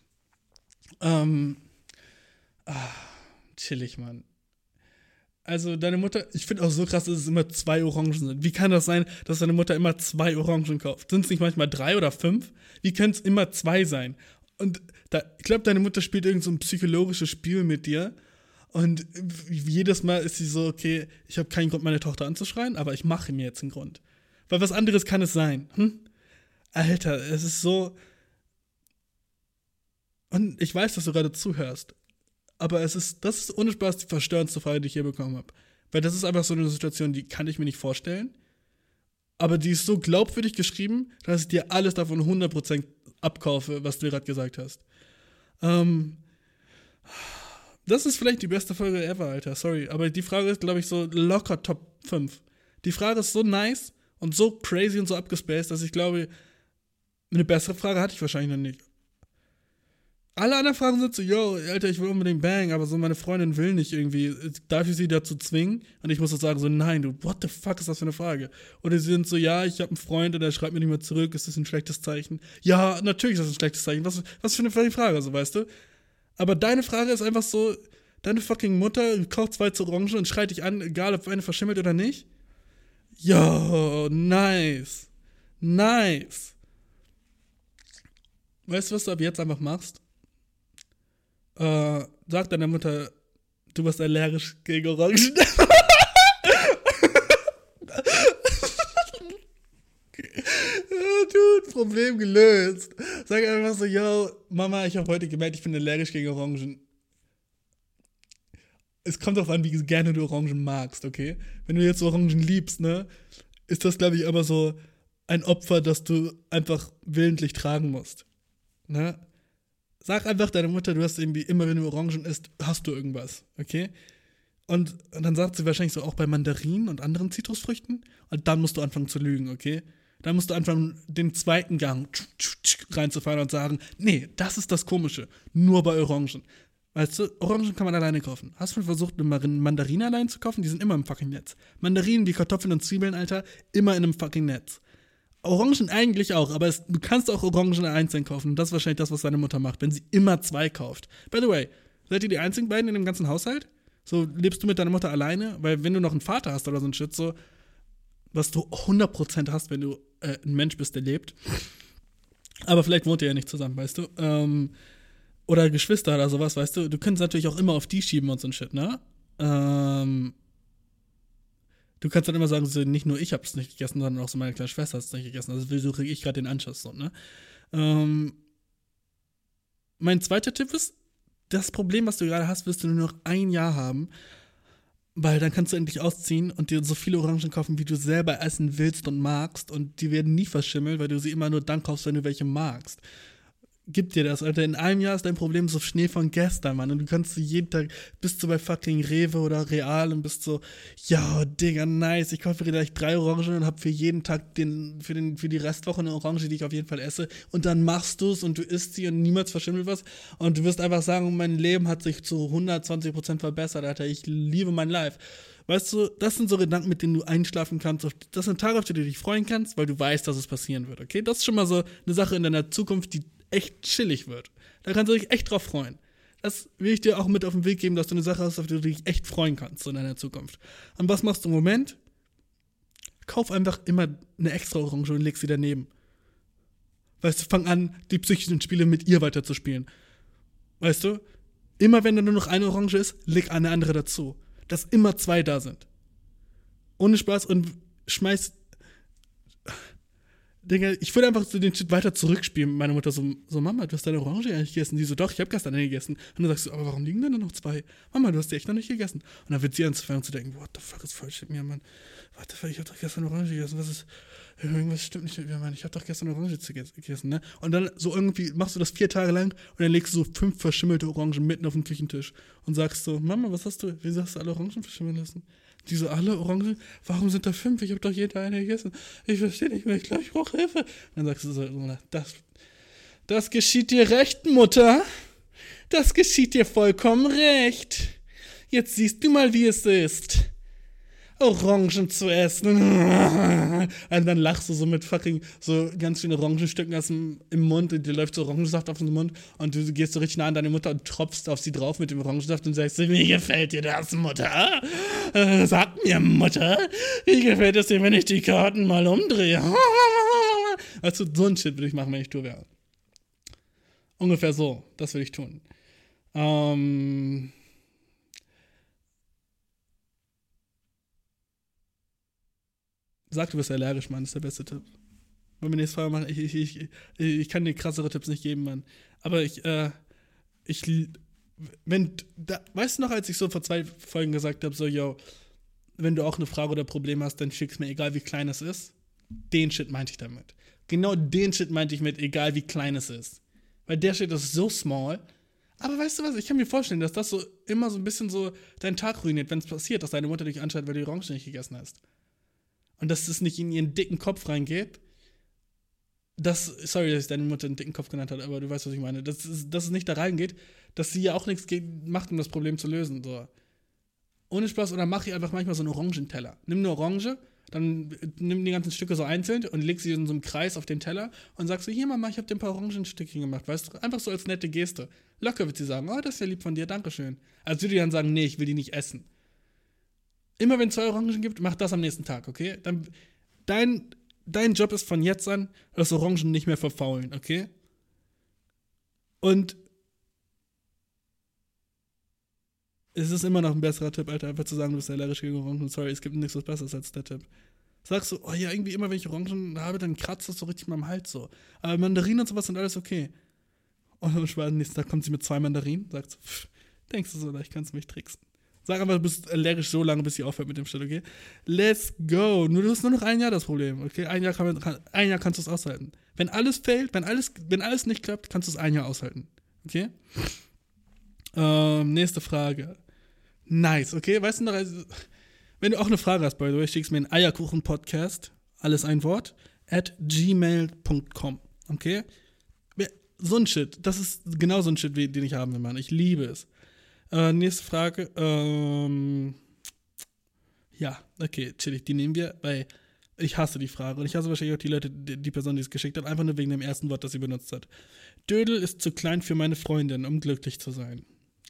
Chillig, Mann. Also deine Mutter, ich finde auch so krass, dass es immer 2 Orangen sind. Wie kann das sein, dass deine Mutter immer 2 Orangen kauft? Sind es nicht manchmal 3 oder 5? Wie können es immer 2 sein? Und ich glaube, deine Mutter spielt irgend so ein psychologisches Spiel mit dir. Und jedes Mal ist sie so, okay, ich habe keinen Grund, meine Tochter anzuschreien, aber ich mache mir jetzt einen Grund. Weil was anderes kann es sein. Alter, es ist so. Und ich weiß, dass du gerade zuhörst. Aber das ist ohne Spaß die verstörendste Frage, die ich je bekommen habe. Weil das ist einfach so eine Situation, die kann ich mir nicht vorstellen. Aber die ist so glaubwürdig geschrieben, dass ich dir alles davon 100% abkaufe, was du gerade gesagt hast. Ähm, Das ist vielleicht die beste Folge ever, Alter. Sorry. Aber die Frage ist, glaube ich, so locker Top 5. Die Frage ist so nice und so crazy und so abgespaced, dass ich glaube, eine bessere Frage hatte ich wahrscheinlich noch nicht. Alle anderen Fragen sind so, yo, Alter, ich will unbedingt bang, aber so meine Freundin will nicht irgendwie. Darf ich sie dazu zwingen? Und ich muss so sagen, so, nein, du, what the fuck ist das für eine Frage? Oder sie sind so, ja, ich habe einen Freund und der schreibt mir nicht mehr zurück, ist das ein schlechtes Zeichen? Ja, natürlich ist das ein schlechtes Zeichen. Was für eine Frage, so, weißt du? Aber deine Frage ist einfach so, deine fucking Mutter kocht 2 Orangen und schreit dich an, egal ob eine verschimmelt oder nicht. Yo, nice. Nice. Weißt du, was du ab jetzt einfach machst? Sag deiner Mutter, du bist allergisch gegen Orangen. Dude, Problem gelöst. Sag einfach so, yo, Mama, ich habe heute gemerkt, ich bin allergisch gegen Orangen. Es kommt darauf an, wie gerne du Orangen magst, okay? Wenn du jetzt Orangen liebst, ne, ist das, glaube ich, aber so ein Opfer, das du einfach willentlich tragen musst. Ne? Sag einfach deiner Mutter, du hast irgendwie immer, wenn du Orangen isst, hast du irgendwas, okay? Und dann sagt sie wahrscheinlich so auch bei Mandarinen und anderen Zitrusfrüchten. Und dann musst du anfangen zu lügen, okay? Dann musst du anfangen, den zweiten Gang reinzufahren und sagen, nee, das ist das Komische. Nur bei Orangen. Weißt du, Orangen kann man alleine kaufen. Hast du mal versucht, eine Mandarine allein zu kaufen? Die sind immer im fucking Netz. Mandarinen wie Kartoffeln und Zwiebeln, Alter, immer in einem fucking Netz. Orangen eigentlich auch, aber du kannst auch Orangen einzeln kaufen. Und das ist wahrscheinlich das, was deine Mutter macht, wenn sie immer 2 kauft. By the way, seid ihr die einzigen beiden in dem ganzen Haushalt? So, lebst du mit deiner Mutter alleine? Weil wenn du noch einen Vater hast oder so ein Shit, so, was du 100% hast, wenn du ein Mensch bist, der lebt. Aber vielleicht wohnt ihr ja nicht zusammen, weißt du? Oder Geschwister oder sowas, weißt du? Du könntest natürlich auch immer auf die schieben und so ein Shit, ne? Du kannst dann immer sagen, so, nicht nur ich hab's nicht gegessen, sondern auch so meine kleine Schwester hat's nicht gegessen. Also wieso kriege ich gerade den Anschuss, so, ne? Mein zweiter Tipp ist, das Problem, was du gerade hast, wirst du nur noch 1 Jahr haben, weil dann kannst du endlich ausziehen und dir so viele Orangen kaufen, wie du selber essen willst und magst und die werden nie verschimmeln, weil du sie immer nur dann kaufst, wenn du welche magst. Gib dir das, Alter. In einem Jahr ist dein Problem so Schnee von gestern, Mann. Und du kannst jeden Tag, bist du bei fucking Rewe oder Real und bist so, ja, Digga, nice. Ich kaufe mir gleich 3 Orangen und hab für jeden Tag für die Restwoche eine Orange, die ich auf jeden Fall esse. Und dann machst du's und du isst sie und niemals verschimmelt was. Und du wirst einfach sagen, mein Leben hat sich zu 120% verbessert, Alter. Ich liebe mein Life. Weißt du, das sind so Gedanken, mit denen du einschlafen kannst. Das sind Tage, auf die du dich freuen kannst, weil du weißt, dass es passieren wird, okay? Das ist schon mal so eine Sache in deiner Zukunft, die echt chillig wird. Da kannst du dich echt drauf freuen. Das will ich dir auch mit auf den Weg geben, dass du eine Sache hast, auf die du dich echt freuen kannst so in deiner Zukunft. Und was machst du im Moment? Kauf einfach immer eine extra Orange und leg sie daneben. Weißt du, fang an, die psychischen Spiele mit ihr weiterzuspielen. Weißt du? Immer wenn da nur noch eine Orange ist, leg eine andere dazu. Dass immer 2 da sind. Ohne Spaß und schmeiß. Digga, ich würde einfach so den Shit weiter zurückspielen. Meine Mutter so, Mama, du hast deine Orange eigentlich gegessen. Die so, doch, ich habe gestern eine gegessen. Und dann sagst du, aber warum liegen denn da noch 2? Mama, du hast die echt noch nicht gegessen. Und dann wird sie anfangen zu denken, what the fuck ist falsch mit mir, Mann? What the fuck, ich habe doch gestern Orange gegessen. Irgendwas stimmt nicht mit mir, Mann. Ich habe doch gestern Orange gegessen, ne? Und dann so irgendwie machst du das 4 Tage lang und dann legst du so 5 verschimmelte Orangen mitten auf den Küchentisch und sagst so, Mama, was hast du? Wieso hast du alle Orangen verschimmeln lassen? Die so, alle Orangen? Warum sind da 5? Ich habe doch jeder eine gegessen. Ich verstehe nicht mehr. Ich glaube, ich brauche Hilfe. Und dann sagst du so, das geschieht dir recht, Mutter. Das geschieht dir vollkommen recht. Jetzt siehst du mal, wie es ist, Orangen zu essen. Und dann lachst du so mit fucking so ganz vielen Orangenstücken im Mund und dir läuft so Orangensaft auf den Mund und du gehst so richtig nah an deine Mutter und tropfst auf sie drauf mit dem Orangensaft und sagst, wie gefällt dir das, Mutter? Sag mir, Mutter, wie gefällt es dir, wenn ich die Karten mal umdrehe? Also so ein Shit würde ich machen, wenn ich du wäre. Ungefähr so, das würde ich tun. Sag, du bist allergisch, Mann, das ist der beste Tipp. Wenn wir nächstes Mal machen, ich kann dir krassere Tipps nicht geben, Mann. Aber weißt du noch, als ich so vor 2 Folgen gesagt habe, so, yo, wenn du auch eine Frage oder Problem hast, dann schick's mir, egal wie klein es ist. Den Shit meinte ich damit. Genau den Shit meinte ich mit, egal wie klein es ist. Weil der Shit ist so small. Aber weißt du was, ich kann mir vorstellen, dass das so immer so ein bisschen so deinen Tag ruiniert, wenn es passiert, dass deine Mutter dich anschreit, weil du die Orange nicht gegessen hast. Und dass es nicht in ihren dicken Kopf reingeht. Sorry, dass ich deine Mutter einen dicken Kopf genannt habe, aber du weißt, was ich meine. Dass es nicht da reingeht, dass sie ja auch nichts macht, um das Problem zu lösen. So. Ohne Spaß, oder mach ich einfach manchmal so einen Orangenteller. Nimm eine Orange, dann nimm die ganzen Stücke so einzeln und leg sie in so einem Kreis auf den Teller und sagst so, hier Mama, ich hab dir ein paar Orangenstückchen gemacht, weißt du, einfach so als nette Geste. Locker wird sie sagen, oh, das ist ja lieb von dir, dankeschön. Also würde die dann sagen, nee, ich will die nicht essen. Immer wenn 2 Orangen gibt, mach das am nächsten Tag, okay? Dann, dein Job ist von jetzt an, dass Orangen nicht mehr verfaulen, okay? Und es ist immer noch ein besserer Tipp, Alter, einfach zu sagen, du bist allergisch gegen Orangen. Sorry, es gibt nichts was Besseres als der Tipp. Sagst du, oh ja, irgendwie immer, wenn ich Orangen habe, dann kratzt das so richtig mal am Hals so. Aber Mandarinen und sowas sind alles okay. Und am nächsten Tag kommt sie mit 2 Mandarinen, sagt so, denkst du so, leicht kannst du mich tricksen. Sag einfach, du bist allergisch so lange, bis sie aufhört mit dem Shit, okay? Let's go. Du hast nur noch 1 Jahr das Problem, okay? 1 Jahr, kannst du es aushalten. Wenn alles fällt, wenn alles nicht klappt, kannst du es 1 Jahr aushalten, okay? Nächste Frage. Nice, okay? Weißt du noch, wenn du auch eine Frage hast, by the way, schickst mir einen Eierkuchen-Podcast, alles ein Wort, @gmail.com, okay? So ein Shit, das ist genau so ein Shit, den ich haben will, Mann. Ich liebe es. Nächste Frage. Ja, okay, chillig, die nehmen wir, weil ich hasse die Frage. Und ich hasse wahrscheinlich auch die Leute, die Person, die es geschickt hat, einfach nur wegen dem ersten Wort, das sie benutzt hat. Dödel ist zu klein für meine Freundin, um glücklich zu sein.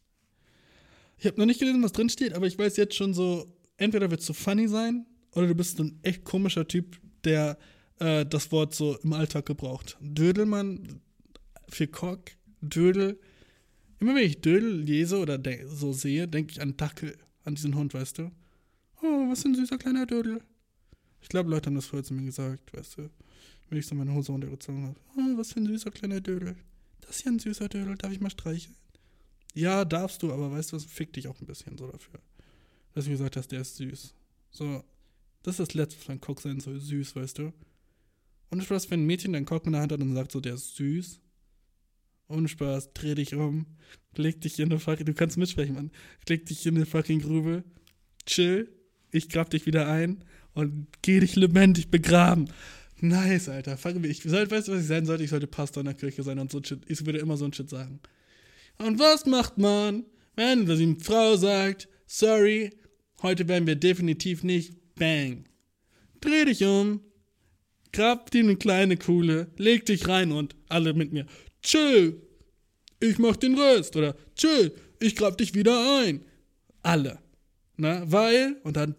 Ich habe noch nicht gelesen, was drin steht, aber ich weiß jetzt schon so, entweder wird es so funny sein, oder du bist so ein echt komischer Typ, der das Wort so im Alltag gebraucht. Dödelmann für Cock, Dödel. Immer wenn ich Dödel lese oder so sehe, denke ich an Dackel, an diesen Hund, weißt du? Oh, was für ein süßer kleiner Dödel. Ich glaube, Leute haben das vorher zu mir gesagt, weißt du? Wenn ich so meine Hose runtergezogen habe. Oh, was für ein süßer kleiner Dödel. Das ist ja ein süßer Dödel, darf ich mal streicheln? Ja, darfst du, aber weißt du was, fick dich auch ein bisschen so dafür. Dass du gesagt hast, der ist süß. So, das ist das Letzte, was ein Cock sein soll, süß, weißt du? Und Spaß, wenn ein Mädchen deinen Cock in der Hand hat und sagt so, der ist süß. Ohne Spaß, dreh dich um, leg dich in eine fucking, du kannst mitsprechen, Mann. Leg dich in eine fucking Grube, chill, ich grab dich wieder ein und geh dich lebendig begraben. Nice, Alter. Weißt du, was ich sein sollte? Ich sollte Pastor in der Kirche sein und so Shit. Ich würde immer so ein Shit sagen. Und was macht man, wenn die Frau sagt, sorry, heute werden wir definitiv nicht, bang. Dreh dich um, grab dir eine kleine Kuhle, leg dich rein und alle mit mir, chill, ich mach den Rest. Oder chill, ich grab dich wieder ein. Alle. Na, weil, und dann,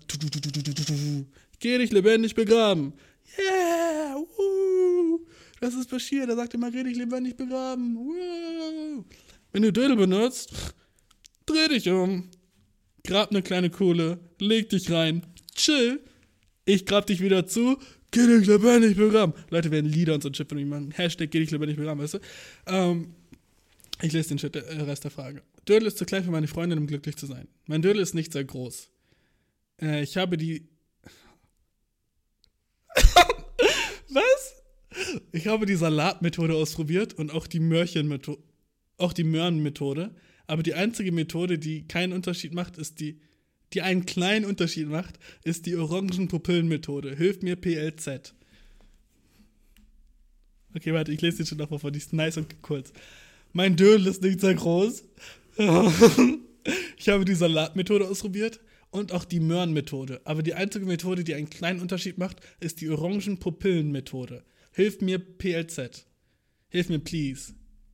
geh dich lebendig begraben. Yeah, das ist Bashir, der sagt immer, geh dich lebendig begraben. Wenn du Dödel benutzt, dreh dich um, grab eine kleine Kuhle, leg dich rein, chill, ich grab dich wieder zu, geh dich lebendig begraben. Leute werden Lieder und so ein Shit von mir machen. Hashtag geh dich lebendig begraben, weißt du? Ich lese den Rest der Frage. Dödel ist zu klein für meine Freundin, um glücklich zu sein. Mein Dödel ist nicht sehr groß. Ich habe die... Was? Ich habe die Salatmethode ausprobiert und auch die Möhrenmethode. Aber die einzige Methode, die keinen Unterschied macht, ist die einen kleinen Unterschied macht, ist die Orangenpupillenmethode. Hilf mir PLZ. Okay, warte, ich lese den schon nochmal vor, die ist nice und kurz. Mein Dödel ist nicht sehr groß. Ich habe die Salatmethode ausprobiert und auch die Möhrenmethode. Aber die einzige Methode, die einen kleinen Unterschied macht, ist die Orangenpupillenmethode. Hilf mir PLZ. Hilf mir, please.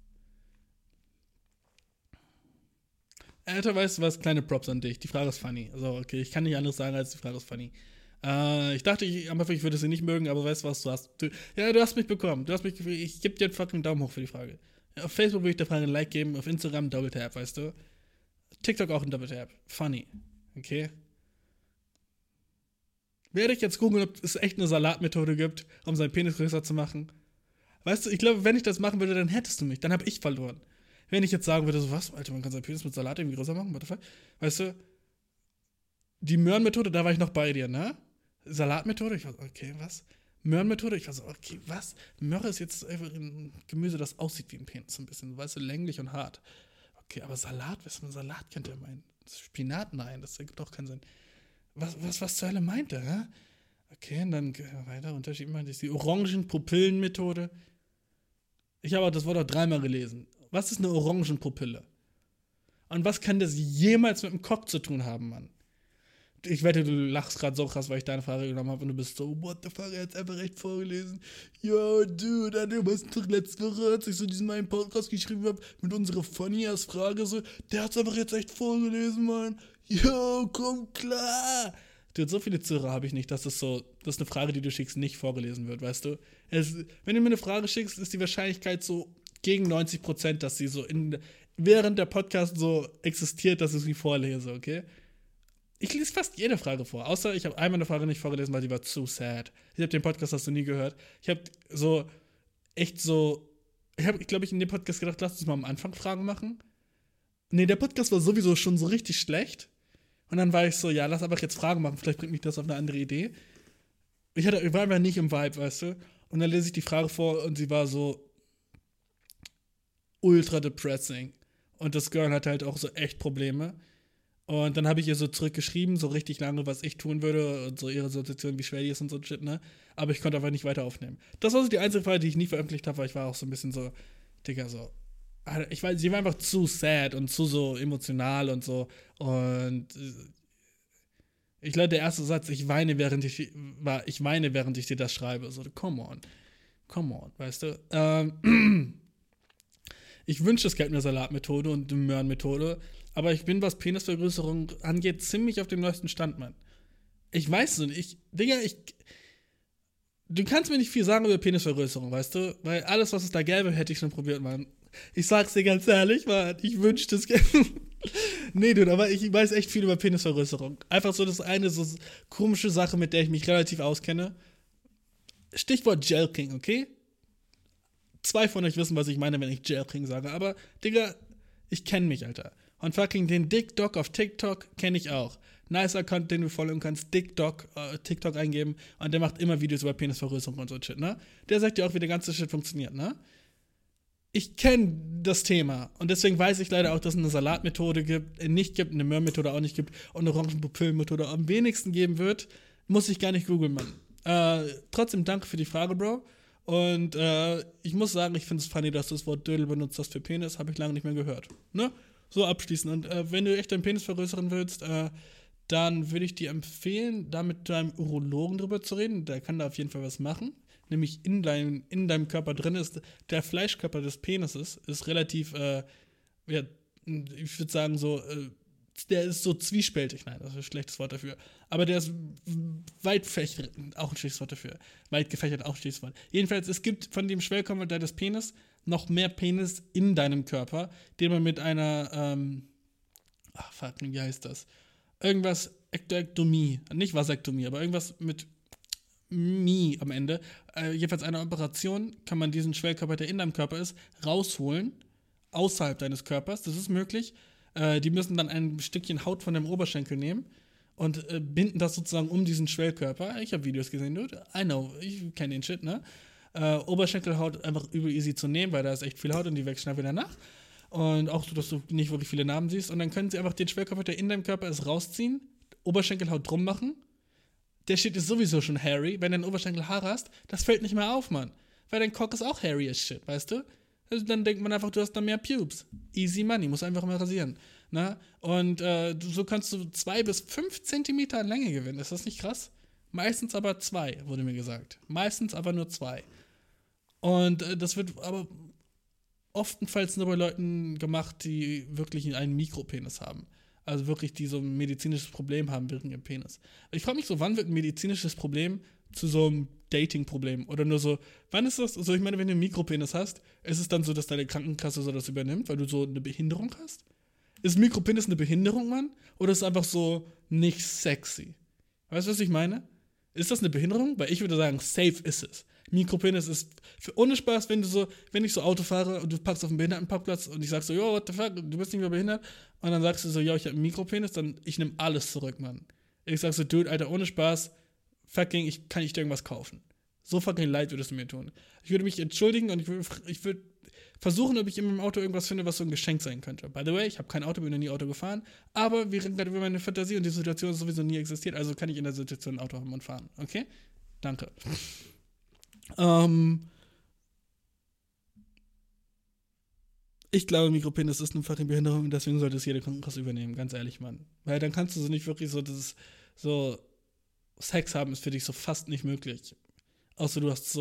Alter, weißt du was? Kleine Props an dich. Die Frage ist funny. Also, okay, ich kann nicht anderes sagen, als die Frage ist funny. Ich dachte, am Anfang, ich würde sie nicht mögen, aber weißt du was? Du hast mich bekommen. Ich gebe dir einen fucking Daumen hoch für die Frage. Auf Facebook würde ich der Frage ein Like geben, auf Instagram Double Tap, weißt du? TikTok auch ein Double Tap. Funny. Okay? Werde ich jetzt googeln, ob es echt eine Salatmethode gibt, um seinen Penis größer zu machen? Weißt du, ich glaube, wenn ich das machen würde, dann hättest du mich. Dann habe ich verloren. Wenn ich jetzt sagen würde, so was, Alter, man kann seinen Penis mit Salat irgendwie größer machen, what the fuck? Weißt du, die Möhrenmethode, da war ich noch bei dir, ne? Salatmethode, ich war so, okay, was? Möhrenmethode, ich war so, okay, was? Möhre ist jetzt einfach ein Gemüse, das aussieht wie ein Penis, ein bisschen, weißt du, länglich und hart. Okay, aber Salat, was mit Salat könnte er meinen? Spinat, nein, das ergibt auch keinen Sinn. Was zur Hölle meint er, hä? Okay, und dann weiter, Unterschied meint ist die Orangenpupillenmethode. Ich habe das Wort auch 3-mal gelesen. Was ist eine Orangenpupille? Und was kann das jemals mit dem Cock zu tun haben, Mann? Ich wette, du lachst gerade so krass, weil ich deine Frage genommen habe und du bist so, what the fuck, er hat einfach echt vorgelesen. Yo, dude, an dem was doch letzte Woche, als ich so diesen meinen Podcast geschrieben habe, mit unserer Funny-Ass-Frage so, der hat's einfach jetzt echt vorgelesen, Mann. Yo, komm klar. Dude, so viele Zuhörer habe ich nicht, dass das ist eine Frage, die du schickst, nicht vorgelesen wird, weißt du? Wenn du mir eine Frage schickst, ist die Wahrscheinlichkeit so gegen 90%, dass sie so während der Podcast so existiert, dass ich sie vorlese, okay? Ich lese fast jede Frage vor, außer ich habe einmal eine Frage nicht vorgelesen, weil die war zu sad. Ich habe den Podcast, hast du nie gehört. Ich habe glaube ich, in dem Podcast gedacht, lass uns mal am Anfang Fragen machen. Nee, der Podcast war sowieso schon so richtig schlecht. Und dann war ich so, ja, lass einfach jetzt Fragen machen, vielleicht bringt mich das auf eine andere Idee. Ich war einfach nicht im Vibe, weißt du. Und dann lese ich die Frage vor und sie war so ultra depressing. Und das Girl hatte halt auch so echt Probleme. Und dann habe ich ihr so zurückgeschrieben, so richtig lange, was ich tun würde und so ihre Situation, wie schwer die ist und so Shit, ne? Aber ich konnte einfach nicht weiter aufnehmen. Das war so die einzige Frage, die ich nie veröffentlicht habe, weil ich war auch so ein bisschen so, Digga, so. Ich weiß, sie war einfach zu sad und zu so emotional und so. Und ich glaube, der erste Satz, ich weine, während ich dir das schreibe. So, come on, weißt du? Ich wünsche, es gäbe eine Salatmethode und eine Möhrenmethode, aber ich bin, was Penisvergrößerung angeht, ziemlich auf dem neuesten Stand, Mann. Ich weiß es nicht. Du kannst mir nicht viel sagen über Penisvergrößerung, weißt du? Weil alles, was es da gäbe, hätte ich schon probiert, Mann. Ich sag's dir ganz ehrlich, Mann. Ich wünschte es gäbe. Nee, Dude, aber ich weiß echt viel über Penisvergrößerung. Einfach so das eine so komische Sache, mit der ich mich relativ auskenne. Stichwort Jelking, okay? 2 von euch wissen, was ich meine, wenn ich Jelking sage. Aber, Digga, ich kenne mich, Alter. Und fucking den Dick Doc auf TikTok kenne ich auch. Nicer Account, den du folgen kannst, Dick Doc, TikTok eingeben. Und der macht immer Videos über Penisvergrößerung und so Shit, ne? Der sagt dir auch, wie der ganze Shit funktioniert, ne? Ich kenne das Thema. Und deswegen weiß ich leider auch, dass es eine Salatmethode nicht gibt, eine Möhrenmethode auch nicht gibt und eine Orangenpupillenmethode am wenigsten geben wird. Muss ich gar nicht googeln, Mann. Trotzdem danke für die Frage, Bro. Und ich muss sagen, ich finde es funny, dass du das Wort Dödel benutzt hast für Penis. Habe ich lange nicht mehr gehört. Ne? So abschließend. Und wenn du echt deinen Penis vergrößern willst, dann würde ich dir empfehlen, da mit deinem Urologen drüber zu reden. Der kann da auf jeden Fall was machen. Nämlich in deinem Körper drin ist, der Fleischkörper des Penises ist relativ, ich würde sagen so, der ist so zwiespältig. Nein, das ist ein schlechtes Wort dafür. Aber der ist weit gefächert, auch ein schlechtes Wort dafür. Weit gefächert, auch ein schlechtes Wort. Jedenfalls, es gibt von dem Schwellkörper deines Penis noch mehr Penis in deinem Körper, den man mit einer, wie heißt das? Irgendwas, Ektoektomie, nicht Vasektomie, aber irgendwas mit Mi am Ende. Jedenfalls einer Operation kann man diesen Schwellkörper, der in deinem Körper ist, rausholen, außerhalb deines Körpers. Das ist möglich. Die müssen dann ein Stückchen Haut von deinem Oberschenkel nehmen und binden das sozusagen um diesen Schwellkörper. Ich habe Videos gesehen, dude. I know, ich kenne den Shit, ne? Oberschenkelhaut einfach übel easy zu nehmen, weil da ist echt viel Haut und die wächst schnell wieder nach. Und auch so, dass du nicht wirklich viele Narben siehst. Und dann können sie einfach den Schwellkörper, der in deinem Körper ist, rausziehen, Oberschenkelhaut drum machen. Der Shit ist sowieso schon hairy. Wenn du einen Oberschenkel Haare hast, das fällt nicht mehr auf, Mann. Weil dein Cock ist auch hairy as shit, weißt du? Also dann denkt man einfach, du hast da mehr Pubes. Easy money, muss einfach mal rasieren. Na? Und so kannst du 2 bis 5 Zentimeter an Länge gewinnen. Ist das nicht krass? Meistens aber 2, wurde mir gesagt. Meistens aber nur 2. Und das wird aber oftmals nur bei Leuten gemacht, die wirklich einen Mikropenis haben. Also wirklich, die so ein medizinisches Problem haben wegen ihrem Penis. Ich frage mich so, wann wird ein medizinisches Problem zu so einem Dating-Problem? Oder nur so, wann ist das? Also ich meine, wenn du einen Mikropenis hast, ist es dann so, dass deine Krankenkasse so das übernimmt, weil du so eine Behinderung hast? Ist Mikropenis eine Behinderung, Mann? Oder ist es einfach so nicht sexy? Weißt du, was ich meine? Ist das eine Behinderung? Weil ich würde sagen, safe ist es. Mikropenis ist ohne Spaß, wenn ich so Auto fahre und du parkst auf dem Behindertenparkplatz und ich sag so, yo, what the fuck, du bist nicht mehr behindert. Und dann sagst du so, yo, ich hab einen Mikropenis, dann ich nehme alles zurück, Mann. Ich sag so, Dude, Alter, ohne Spaß, fucking, kann ich dir irgendwas kaufen. So fucking leid würdest du mir tun. Ich würde mich entschuldigen und ich würde versuchen, ob ich in meinem Auto irgendwas finde, was so ein Geschenk sein könnte. By the way, ich habe kein Auto, bin noch nie Auto gefahren, aber wir reden gerade über meine Fantasie und die Situation ist sowieso nie existiert, also kann ich in der Situation ein Auto haben und fahren. Okay? Danke. Ich glaube, Mikropenis ist eine fucking Behinderung und deswegen sollte es jede Krankenkasse übernehmen, ganz ehrlich, Mann. Weil dann kannst du so nicht wirklich so Sex haben ist für dich so fast nicht möglich. Außer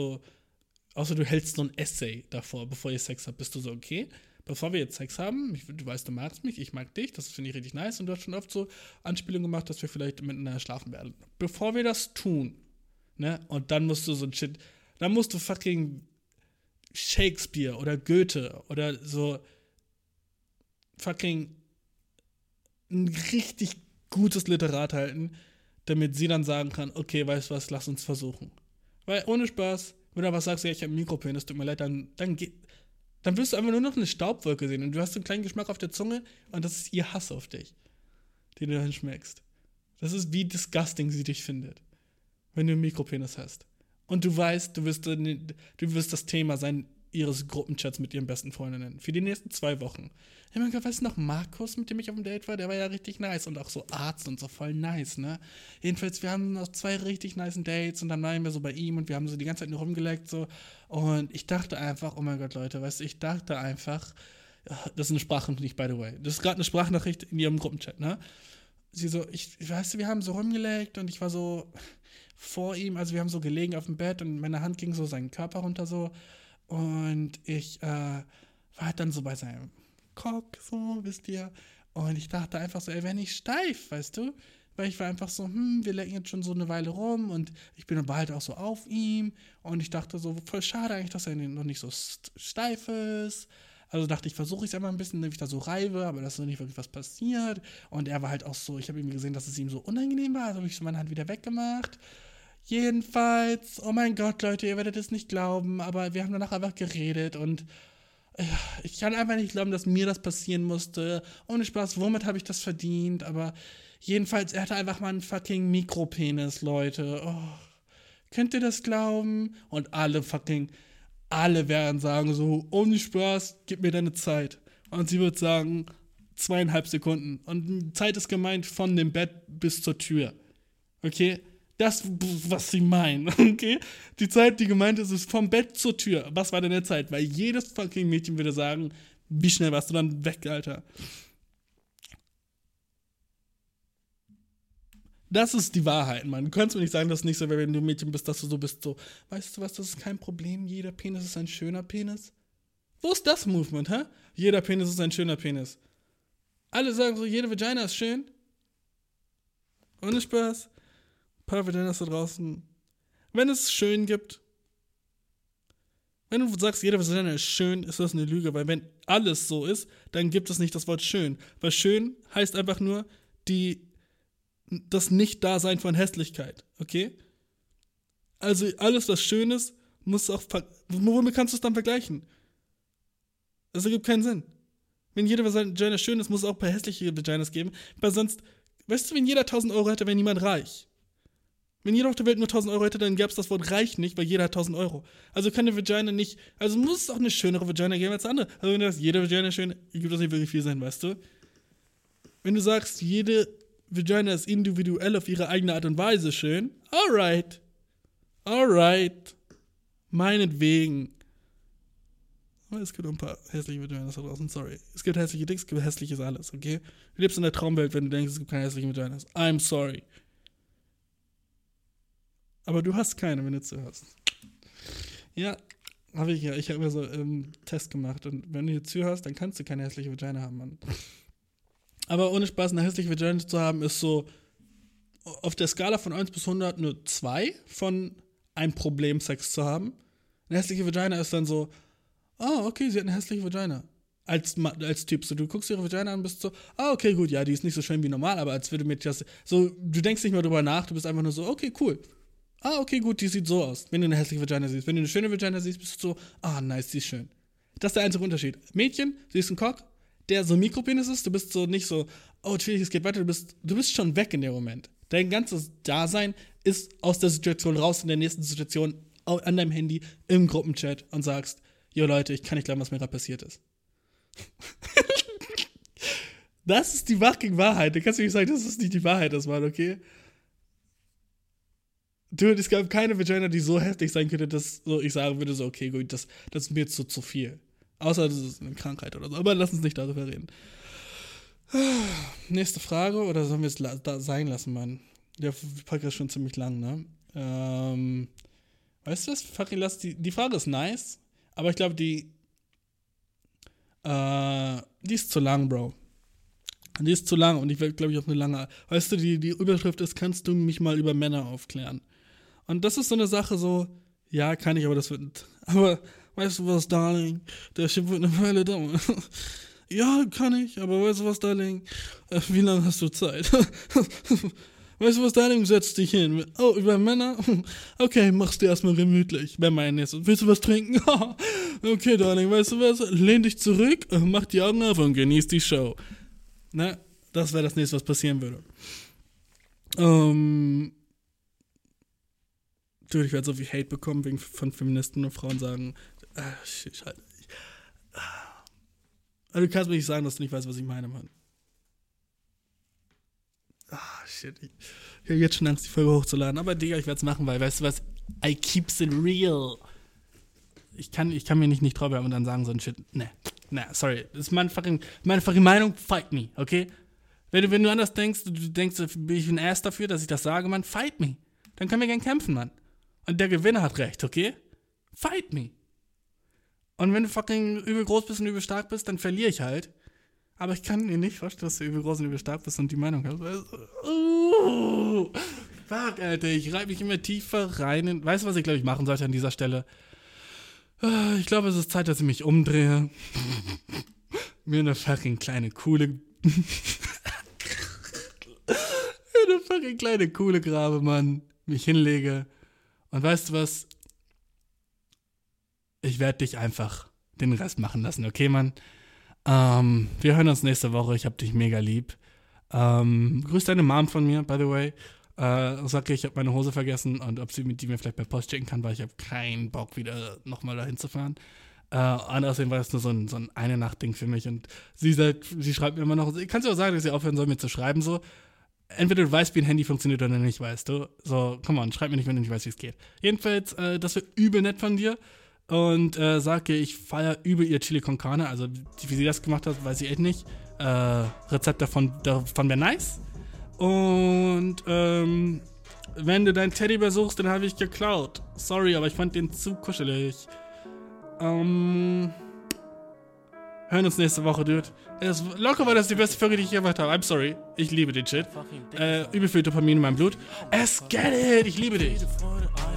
du hältst so ein Essay davor, bevor ihr Sex habt, bist du so, okay, bevor wir jetzt Sex haben, du weißt, du magst mich, ich mag dich, das finde ich richtig nice und du hast schon oft so Anspielungen gemacht, dass wir vielleicht miteinander schlafen werden. Bevor wir das tun, ne, und dann musst du so ein Shit, dann musst du fucking Shakespeare oder Goethe oder so fucking ein richtig gutes Literat halten, damit sie dann sagen kann, okay, weißt du was, lass uns versuchen. Weil ohne Spaß, wenn du aber sagst, ja, ich habe einen Mikropenis, tut mir leid, dann wirst du einfach nur noch eine Staubwolke sehen und du hast so einen kleinen Geschmack auf der Zunge und das ist ihr Hass auf dich, den du dann schmeckst. Das ist, wie disgusting sie dich findet, wenn du einen Mikropenis hast. Und du weißt, du wirst das Thema sein ihres Gruppenchats mit ihren besten Freundinnen für die nächsten 2 Wochen. Ich meine, weißt du noch, Markus, mit dem ich auf dem Date war, der war ja richtig nice und auch so Arzt und so voll nice, ne? Jedenfalls, wir haben noch 2 richtig nice Dates und dann waren wir so bei ihm und wir haben so die ganze Zeit nur rumgeleckt so und ich dachte einfach, oh mein Gott, Leute, weißt du, das ist eine Sprachnachricht, by the way. Das ist gerade eine Sprachnachricht in ihrem Gruppenchat, ne? Sie so, weißt du, wir haben so rumgeleckt und ich war so vor ihm, also wir haben so gelegen auf dem Bett und meine Hand ging so seinen Körper runter so und ich war halt dann so bei seinem Cock, so, wisst ihr, und ich dachte einfach so, ey, wäre nicht steif, weißt du, weil ich war einfach so, wir lecken jetzt schon so eine Weile rum und ich bin aber halt auch so auf ihm und ich dachte so, voll schade eigentlich, dass er noch nicht so steif ist. Also dachte ich, versuche ich es einmal ein bisschen, indem ich da so reibe, aber dass so nicht wirklich was passiert. Und er war halt auch so, ich habe ihm gesehen, dass es ihm so unangenehm war, also habe ich so meine Hand wieder weggemacht. Jedenfalls, oh mein Gott, Leute, ihr werdet es nicht glauben, aber wir haben danach einfach geredet und ich kann einfach nicht glauben, dass mir das passieren musste. Ohne Spaß, womit habe ich das verdient? Aber jedenfalls, er hatte einfach mal einen fucking Mikropenis, Leute. Oh, könnt ihr das glauben? Und alle werden sagen so, ohne Spaß, gib mir deine Zeit. Und sie wird sagen, 2,5 Sekunden. Und Zeit ist gemeint von dem Bett bis zur Tür. Okay? Das, was sie meinen, okay? Die Zeit, die gemeint ist, ist vom Bett zur Tür. Was war denn der Zeit? Weil jedes fucking Mädchen würde sagen, wie schnell warst du dann weg, Alter? Das ist die Wahrheit, Mann. Du kannst mir nicht sagen, dass es nicht so wäre, wenn du ein Mädchen bist, dass du so bist, so, weißt du was, das ist kein Problem, jeder Penis ist ein schöner Penis. Wo ist das Movement, hä? Jeder Penis ist ein schöner Penis. Alle sagen so, jede Vagina ist schön. Ohne Spaß. Ein paar Vaginas da draußen. Wenn es schön gibt, wenn du sagst, jede Vagina ist schön, ist das eine Lüge, weil wenn alles so ist, dann gibt es nicht das Wort schön. Weil schön heißt einfach nur das Nicht-Dasein von Hässlichkeit, okay? Also alles, was schön ist, muss auch, womit kannst du es dann vergleichen? Das ergibt keinen Sinn. Wenn jede Vagina schön ist, muss es auch ein paar hässliche Vaginas geben, weil sonst, weißt du, wenn jeder 1.000 Euro hätte, wäre niemand reich. Wenn jeder auf der Welt nur 1.000 Euro hätte, dann gäbe es das Wort reich nicht, weil jeder hat 1.000 Euro. Also kann eine Vagina nicht, also muss es auch eine schönere Vagina geben als andere. Also wenn du sagst, jede Vagina ist schön, gibt das nicht wirklich viel Sinn, weißt du? Wenn du sagst, jede Vagina ist individuell auf ihre eigene Art und Weise schön, alright. Meinetwegen. Aber es gibt auch ein paar hässliche Vaginas da draußen, sorry. Es gibt hässliche Dicks, es gibt hässliches alles, okay? Du lebst in der Traumwelt, wenn du denkst, es gibt keine hässlichen Vaginas. I'm sorry. Aber du hast keine, wenn du zuhörst. Ja, habe ich ja. Ich habe mir so einen Test gemacht. Und wenn du hier zuhörst, dann kannst du keine hässliche Vagina haben, Mann. Aber ohne Spaß, eine hässliche Vagina zu haben, ist so auf der Skala von 1 bis 100 nur 2 von ein Problem, Sex zu haben. Eine hässliche Vagina ist dann so, okay, sie hat eine hässliche Vagina. Als Typ. So, du guckst ihre Vagina an und bist so, okay, gut, ja, die ist nicht so schön wie normal, aber als würde mir das so, du denkst nicht mehr drüber nach, du bist einfach nur so, okay, cool. Okay, gut, die sieht so aus, wenn du eine hässliche Vagina siehst. Wenn du eine schöne Vagina siehst, bist du so, nice, die ist schön. Das ist der einzige Unterschied. Mädchen, siehst einen Cock, der so ein Mikropenis ist, du bist so nicht so, chillig, es geht weiter, du bist schon weg in dem Moment. Dein ganzes Dasein ist aus der Situation raus, in der nächsten Situation an deinem Handy, im Gruppenchat und sagst, yo Leute, ich kann nicht glauben, was mir gerade passiert ist. Das ist die fucking Wahrheit. Du kannst mir nicht sagen, dass es nicht die Wahrheit ist, Mann, okay? Dude, es gab keine Vagina, die so heftig sein könnte, dass so ich sagen würde, so, okay, gut, das ist mir jetzt so zu viel. Außer das ist eine Krankheit oder so. Aber lass uns nicht darüber reden. Nächste Frage, oder sollen wir es sein lassen, Mann? Der Podcast ist schon ziemlich lang, ne? Weißt du was? Die Frage ist nice, aber ich glaube, die ist zu lang, Bro. Die ist zu lang und ich werde, glaube ich, auf eine lange. Weißt du, die Überschrift ist, kannst du mich mal über Männer aufklären? Und das ist so eine Sache, so, ja, kann ich, aber weißt du was, Darling? Der Schiff wird eine Weile dauern. Ja, kann ich, aber weißt du was, Darling? Wie lange hast du Zeit? Weißt du was, Darling? Setz dich hin. Oh, über Männer? Okay, mach's dir erstmal gemütlich. Wer mein nächstes? Willst du was trinken? Okay, Darling, weißt du was? Lehn dich zurück, mach die Augen auf und genieß die Show. Ne? Das wäre das nächste, was passieren würde. Dude, ich werde so viel Hate bekommen von Feministen und Frauen sagen, shit, halt. Also du kannst mir nicht sagen, dass du nicht weißt, was ich meine, Mann. Shit. Ich habe jetzt schon Angst, die Folge hochzuladen. Aber Digga, ich werde es machen, weil, weißt du was? I keeps it real. Ich kann mir nicht treu bleiben und dann sagen so ein Shit. Ne, sorry. Das ist meine fucking Meinung. Fight me, okay? Wenn du anders denkst, du denkst, bin ich ein Ass dafür, dass ich das sage, Mann, fight me. Dann können wir gern kämpfen, Mann. Und der Gewinner hat recht, okay? Fight me. Und wenn du fucking übel groß bist und übel stark bist, dann verliere ich halt. Aber ich kann mir nicht vorstellen, dass du übel groß und übel stark bist und die Meinung hast. Fuck, Alter, ich reibe mich immer tiefer rein. Weißt du, was ich, glaube ich, machen sollte an dieser Stelle? Ich glaube, es ist Zeit, dass ich mich umdrehe. Mir eine fucking kleine Kuhle grabe, Mann. Mich hinlege. Und weißt du was? Ich werde dich einfach den Rest machen lassen, okay, Mann? Wir hören uns nächste Woche. Ich hab dich mega lieb. Grüß deine Mom von mir, by the way. Sag ihr, ich habe meine Hose vergessen und ob sie die mir vielleicht per Post schicken kann, weil ich habe keinen Bock, wieder nochmal dahin zu fahren. Außerdem war das nur so ein Eine-Nacht-Ding für mich und sie schreibt mir immer noch, kannst du auch sagen, dass sie aufhören soll, mir zu schreiben, so. Entweder du weißt, wie ein Handy funktioniert oder nicht, weißt du. So, come on, schreib mir nicht, wenn du nicht weißt, wie es geht. Jedenfalls, das wird übel nett von dir. Und sag ihr, ich feiere übel ihr Chili con Carne. Also, wie sie das gemacht hat, weiß ich echt nicht. Rezept davon wäre nice. Und wenn du deinen Teddybär suchst, den habe ich geklaut. Sorry, aber ich fand den zu kuschelig. Hören uns nächste Woche, Dude. Locker war das die beste Folge, die ich je gemacht habe. I'm sorry. Ich liebe den Shit. Übel viel Dopamin in meinem Blut. Get it! Ich liebe dich.